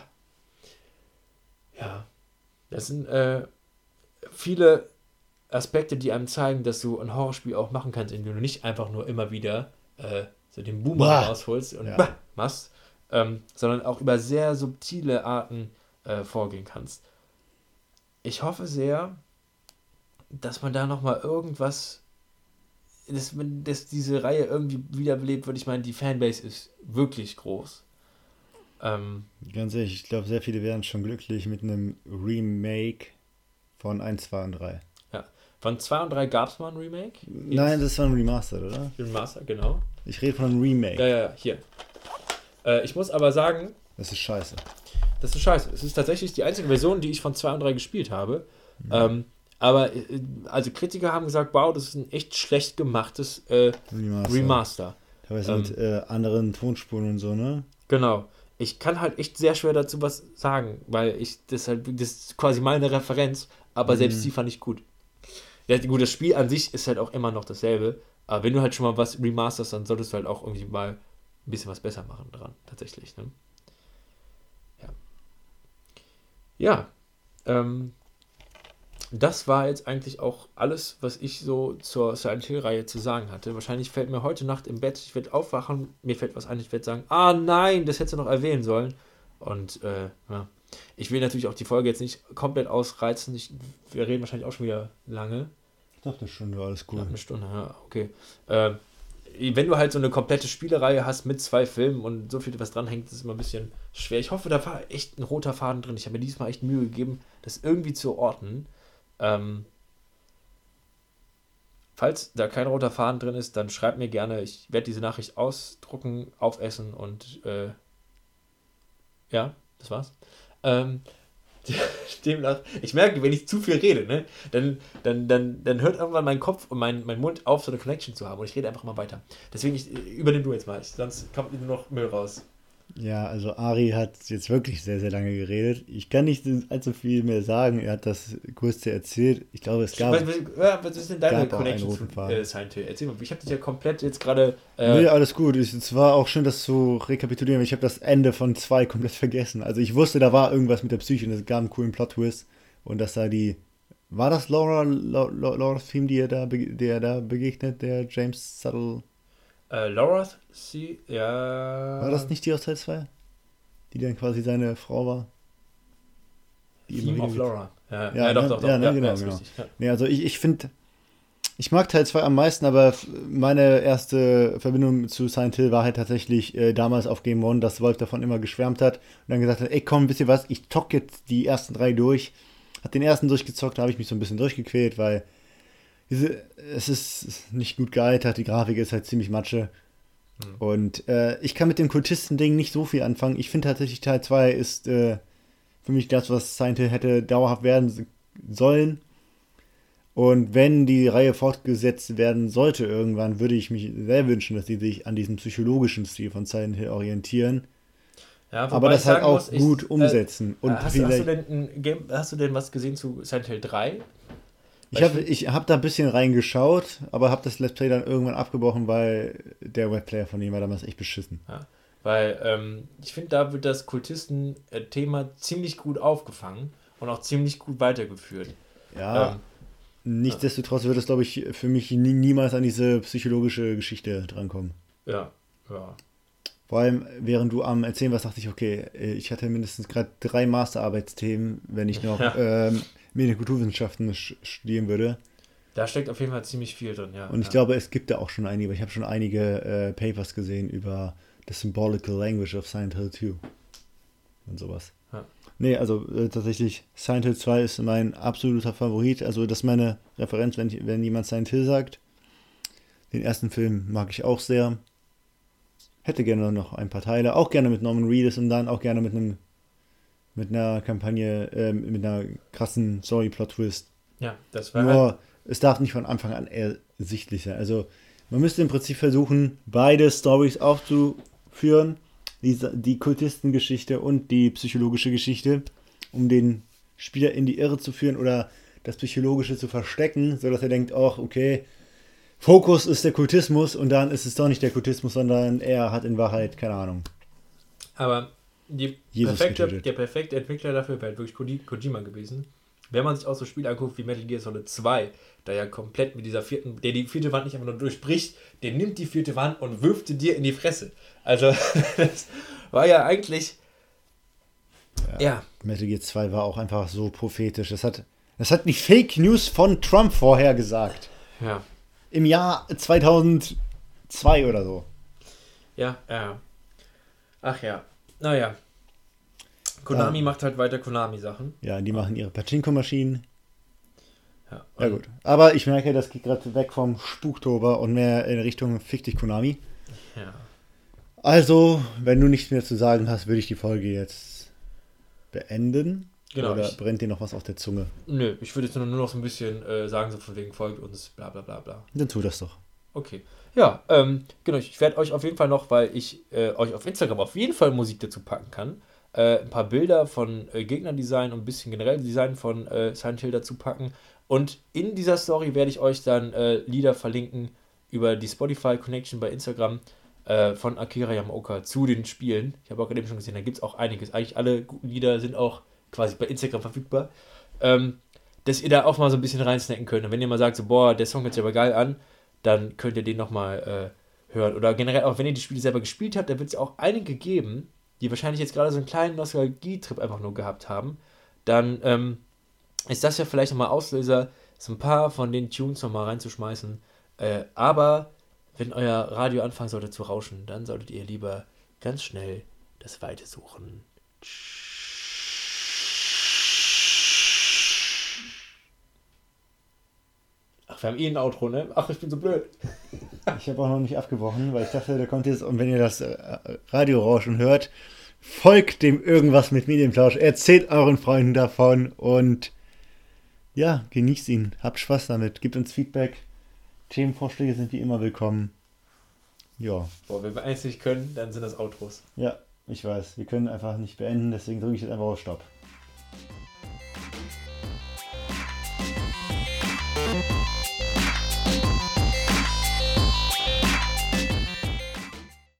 Ja, das sind äh, viele Aspekte, die einem zeigen, dass du ein Horrorspiel auch machen kannst, indem du nicht einfach nur immer wieder äh, so den Boomer Bah. rausholst und Ja. bah, machst, ähm, sondern auch über sehr subtile Arten äh, vorgehen kannst. Ich hoffe sehr, dass man da nochmal irgendwas, dass, man, dass diese Reihe irgendwie wiederbelebt wird. Ich meine, die Fanbase ist wirklich groß. Ähm, Ganz ehrlich, ich glaube, sehr viele wären schon glücklich mit einem Remake von eins, zwei und drei. von zwei und drei gab es mal ein Remake. Nein, das war ein Remastered, oder? Remaster, genau. Ich rede von einem Remake. Ja, ja, ja, hier. Äh, ich muss aber sagen, Das ist scheiße. das ist scheiße. Es ist tatsächlich die einzige Version, die ich von zwei und drei gespielt habe. Mhm. Ähm, aber, äh, also Kritiker haben gesagt, wow, das ist ein echt schlecht gemachtes äh, Remaster. Remaster. Teilweise Ähm, mit äh, anderen Tonspuren und so, ne? Genau. Ich kann halt echt sehr schwer dazu was sagen, weil ich das halt, das ist quasi meine Referenz, aber Mhm. selbst die fand ich gut. Ja, gut, das Spiel an sich ist halt auch immer noch dasselbe, aber wenn du halt schon mal was remasterst, dann solltest du halt auch irgendwie mal ein bisschen was besser machen dran, tatsächlich, ne? Ja. Ja, ähm, das war jetzt eigentlich auch alles, was ich so zur Silent Hill-Reihe zu sagen hatte. Wahrscheinlich fällt mir heute Nacht im Bett, ich werde aufwachen, mir fällt was ein, ich werde sagen, ah nein, das hättest du noch erwähnen sollen. Und äh, ja, ich will natürlich auch die Folge jetzt nicht komplett ausreizen. Ich, wir reden wahrscheinlich auch schon wieder lange. Ich dachte schon, war alles cool. Ja, eine Stunde, ja, okay. Ähm, wenn du halt so eine komplette Spielereihe hast mit zwei Filmen und so viel, was dran hängt, ist es immer ein bisschen schwer. Ich hoffe, da war echt ein roter Faden drin. Ich habe mir diesmal echt Mühe gegeben, das irgendwie zu ordnen. Ähm, falls da kein roter Faden drin ist, dann schreibt mir gerne. Ich werde diese Nachricht ausdrucken, aufessen und äh, ja, das war's. Ähm, demnach, ich merke, wenn ich zu viel rede, ne, dann, dann, dann, dann hört irgendwann mein Kopf und mein, mein Mund auf, so eine Connection zu haben und ich rede einfach mal weiter. Deswegen, ich, übernimm du jetzt mal, ich, sonst kommt nur noch Müll raus. Ja, also Ari hat jetzt wirklich sehr, sehr lange geredet. Ich kann nicht allzu viel mehr sagen. Er hat das Größte erzählt. Ich glaube, es gab... Was, was, was ist denn deine Connection zu äh, Silent Hill? Erzähl mal, ich habe dich ja komplett jetzt gerade... Äh, nee, alles gut. Es war auch schön, das zu rekapitulieren. Ich habe das Ende von zwei komplett vergessen. Also ich wusste, da war irgendwas mit der Psyche und es gab einen coolen Plot-Twist. Und dass da die... War das Laura, Laura, Laura's Theme, die er da, der er da begegnet, der James Subtle... Äh, Laura, sie, ja... War das nicht die aus Teil zwei? Die dann quasi seine Frau war? Die Theme of Laura. Ja, ja, ja, doch, doch, doch. Ja, ne, ja, genau, ja, genau. Richtig, ja. Nee, also ich, ich finde... Ich mag Teil zwei am meisten, aber meine erste Verbindung zu Silent Hill war halt tatsächlich äh, damals auf Game One, dass Wolf davon immer geschwärmt hat und dann gesagt hat, ey komm, wisst ihr was, ich zock jetzt die ersten drei durch. Hat den ersten durchgezockt, da habe ich mich so ein bisschen durchgequält, weil diese, es ist nicht gut gealtert, die Grafik ist halt ziemlich Matsche. Hm. Und äh, ich kann mit dem Kultisten-Ding nicht so viel anfangen. Ich finde tatsächlich Teil zwei ist äh, für mich das, was Silent Hill hätte dauerhaft werden sollen. Und wenn die Reihe fortgesetzt werden sollte irgendwann, würde ich mich sehr wünschen, dass sie sich an diesem psychologischen Stil von Silent Hill orientieren. Ja, aber das halt auch muss, gut ich, umsetzen. Äh, und hast, vielleicht, hast, du denn ein Game, hast du denn was gesehen zu Silent Hill drei? Ich habe ich hab da ein bisschen reingeschaut, aber habe das Let's Play dann irgendwann abgebrochen, weil der Webplayer von ihm war damals echt beschissen. Ja, weil ähm, ich finde, da wird das Kultisten-Thema ziemlich gut aufgefangen und auch ziemlich gut weitergeführt. Ja, ähm, nichtsdestotrotz wird es, glaube ich, für mich nie, niemals an diese psychologische Geschichte drankommen. Ja, ja. Vor allem, während du am Erzählen warst, dachte ich, okay, ich hatte mindestens gerade drei Masterarbeitsthemen, wenn ich noch... Ja. Ähm, Medienkulturwissenschaften studieren würde. Da steckt auf jeden Fall ziemlich viel drin, ja. Und ich ja. glaube, es gibt da auch schon einige, weil ich habe schon einige äh, Papers gesehen über the symbolical language of Silent Hill zwei und sowas. Ja. Nee, also äh, tatsächlich, Silent Hill zwei ist mein absoluter Favorit. Also das ist meine Referenz, wenn, ich, wenn jemand Silent Hill sagt. Den ersten Film mag ich auch sehr. Hätte gerne noch ein paar Teile. Auch gerne mit Norman Reedus und dann auch gerne mit einem mit einer Kampagne, äh, mit einer krassen Story-Plot-Twist. Ja, das war Nur, halt... es darf nicht von Anfang an ersichtlich sein. Also, man müsste im Prinzip versuchen, beide Stories aufzuführen. Die, die Kultistengeschichte und die psychologische Geschichte, um den Spieler in die Irre zu führen oder das Psychologische zu verstecken, sodass er denkt, ach, okay, Fokus ist der Kultismus und dann ist es doch nicht der Kultismus, sondern er hat in Wahrheit, keine Ahnung. Aber die perfekte, der perfekte Entwickler dafür wäre halt wirklich Kojima gewesen. Wenn man sich auch so Spiele anguckt wie Metal Gear Solid zwei, der ja komplett mit dieser vierten, der die vierte Wand nicht einfach nur durchbricht, der nimmt die vierte Wand und wirft sie dir in die Fresse. Also, das war ja eigentlich... Ja, ja. Metal Gear zwei war auch einfach so prophetisch. Das hat, das hat die Fake News von Trump vorhergesagt. Ja. Im Jahr zweitausendzwei oder so. Ja, ja. Ach ja. Naja. Konami ja. macht halt weiter Konami-Sachen. Ja, die machen ihre Pachinko-Maschinen. Ja, ja gut. Aber ich merke, das geht gerade weg vom Spuktober und mehr in Richtung Fick dich Konami. Ja. Also, wenn du nichts mehr zu sagen hast, würde ich die Folge jetzt beenden. Genau. Oder ich, brennt dir noch was auf der Zunge? Nö, ich würde jetzt nur noch so ein bisschen äh, sagen, so von wegen folgt uns, bla bla bla bla. Dann tu das doch. Okay. Ja, ähm, genau, ich werde euch auf jeden Fall noch, weil ich äh, euch auf Instagram auf jeden Fall Musik dazu packen kann, äh, ein paar Bilder von äh, Gegnerdesign und ein bisschen generell Design von äh, Silent Hill dazu packen. Und in dieser Story werde ich euch dann äh, Lieder verlinken über die Spotify Connection bei Instagram äh, von Akira Yamaoka zu den Spielen. Ich habe auch gerade eben schon gesehen, da gibt es auch einiges. Eigentlich alle guten Lieder sind auch quasi bei Instagram verfügbar. Ähm, dass ihr da auch mal so ein bisschen reinsnacken könnt. Und wenn ihr mal sagt, so, boah, der Song hört sich aber geil an, dann könnt ihr den nochmal äh, hören. Oder generell auch, wenn ihr die Spiele selber gespielt habt, da wird es auch einige geben, die wahrscheinlich jetzt gerade so einen kleinen Nostalgie-Trip einfach nur gehabt haben. Dann ähm, ist das ja vielleicht nochmal Auslöser, so ein paar von den Tunes nochmal reinzuschmeißen. Äh, aber wenn euer Radio anfangen sollte zu rauschen, dann solltet ihr lieber ganz schnell das Weite suchen. Ach, wir haben eh ein Outro, ne? Ach, ich bin so blöd. Ich habe auch noch nicht abgebrochen, weil ich dachte, da kommt jetzt, und wenn ihr das äh, Radiorauschen hört, folgt dem irgendwas mit Medienplausch, erzählt euren Freunden davon und ja, genießt ihn, habt Spaß damit, gebt uns Feedback, Themenvorschläge sind wie immer willkommen. Ja. Boah, wenn wir eins nicht können, dann sind das Outros. Ja, ich weiß, wir können einfach nicht beenden, deswegen drücke ich jetzt einfach auf Stopp.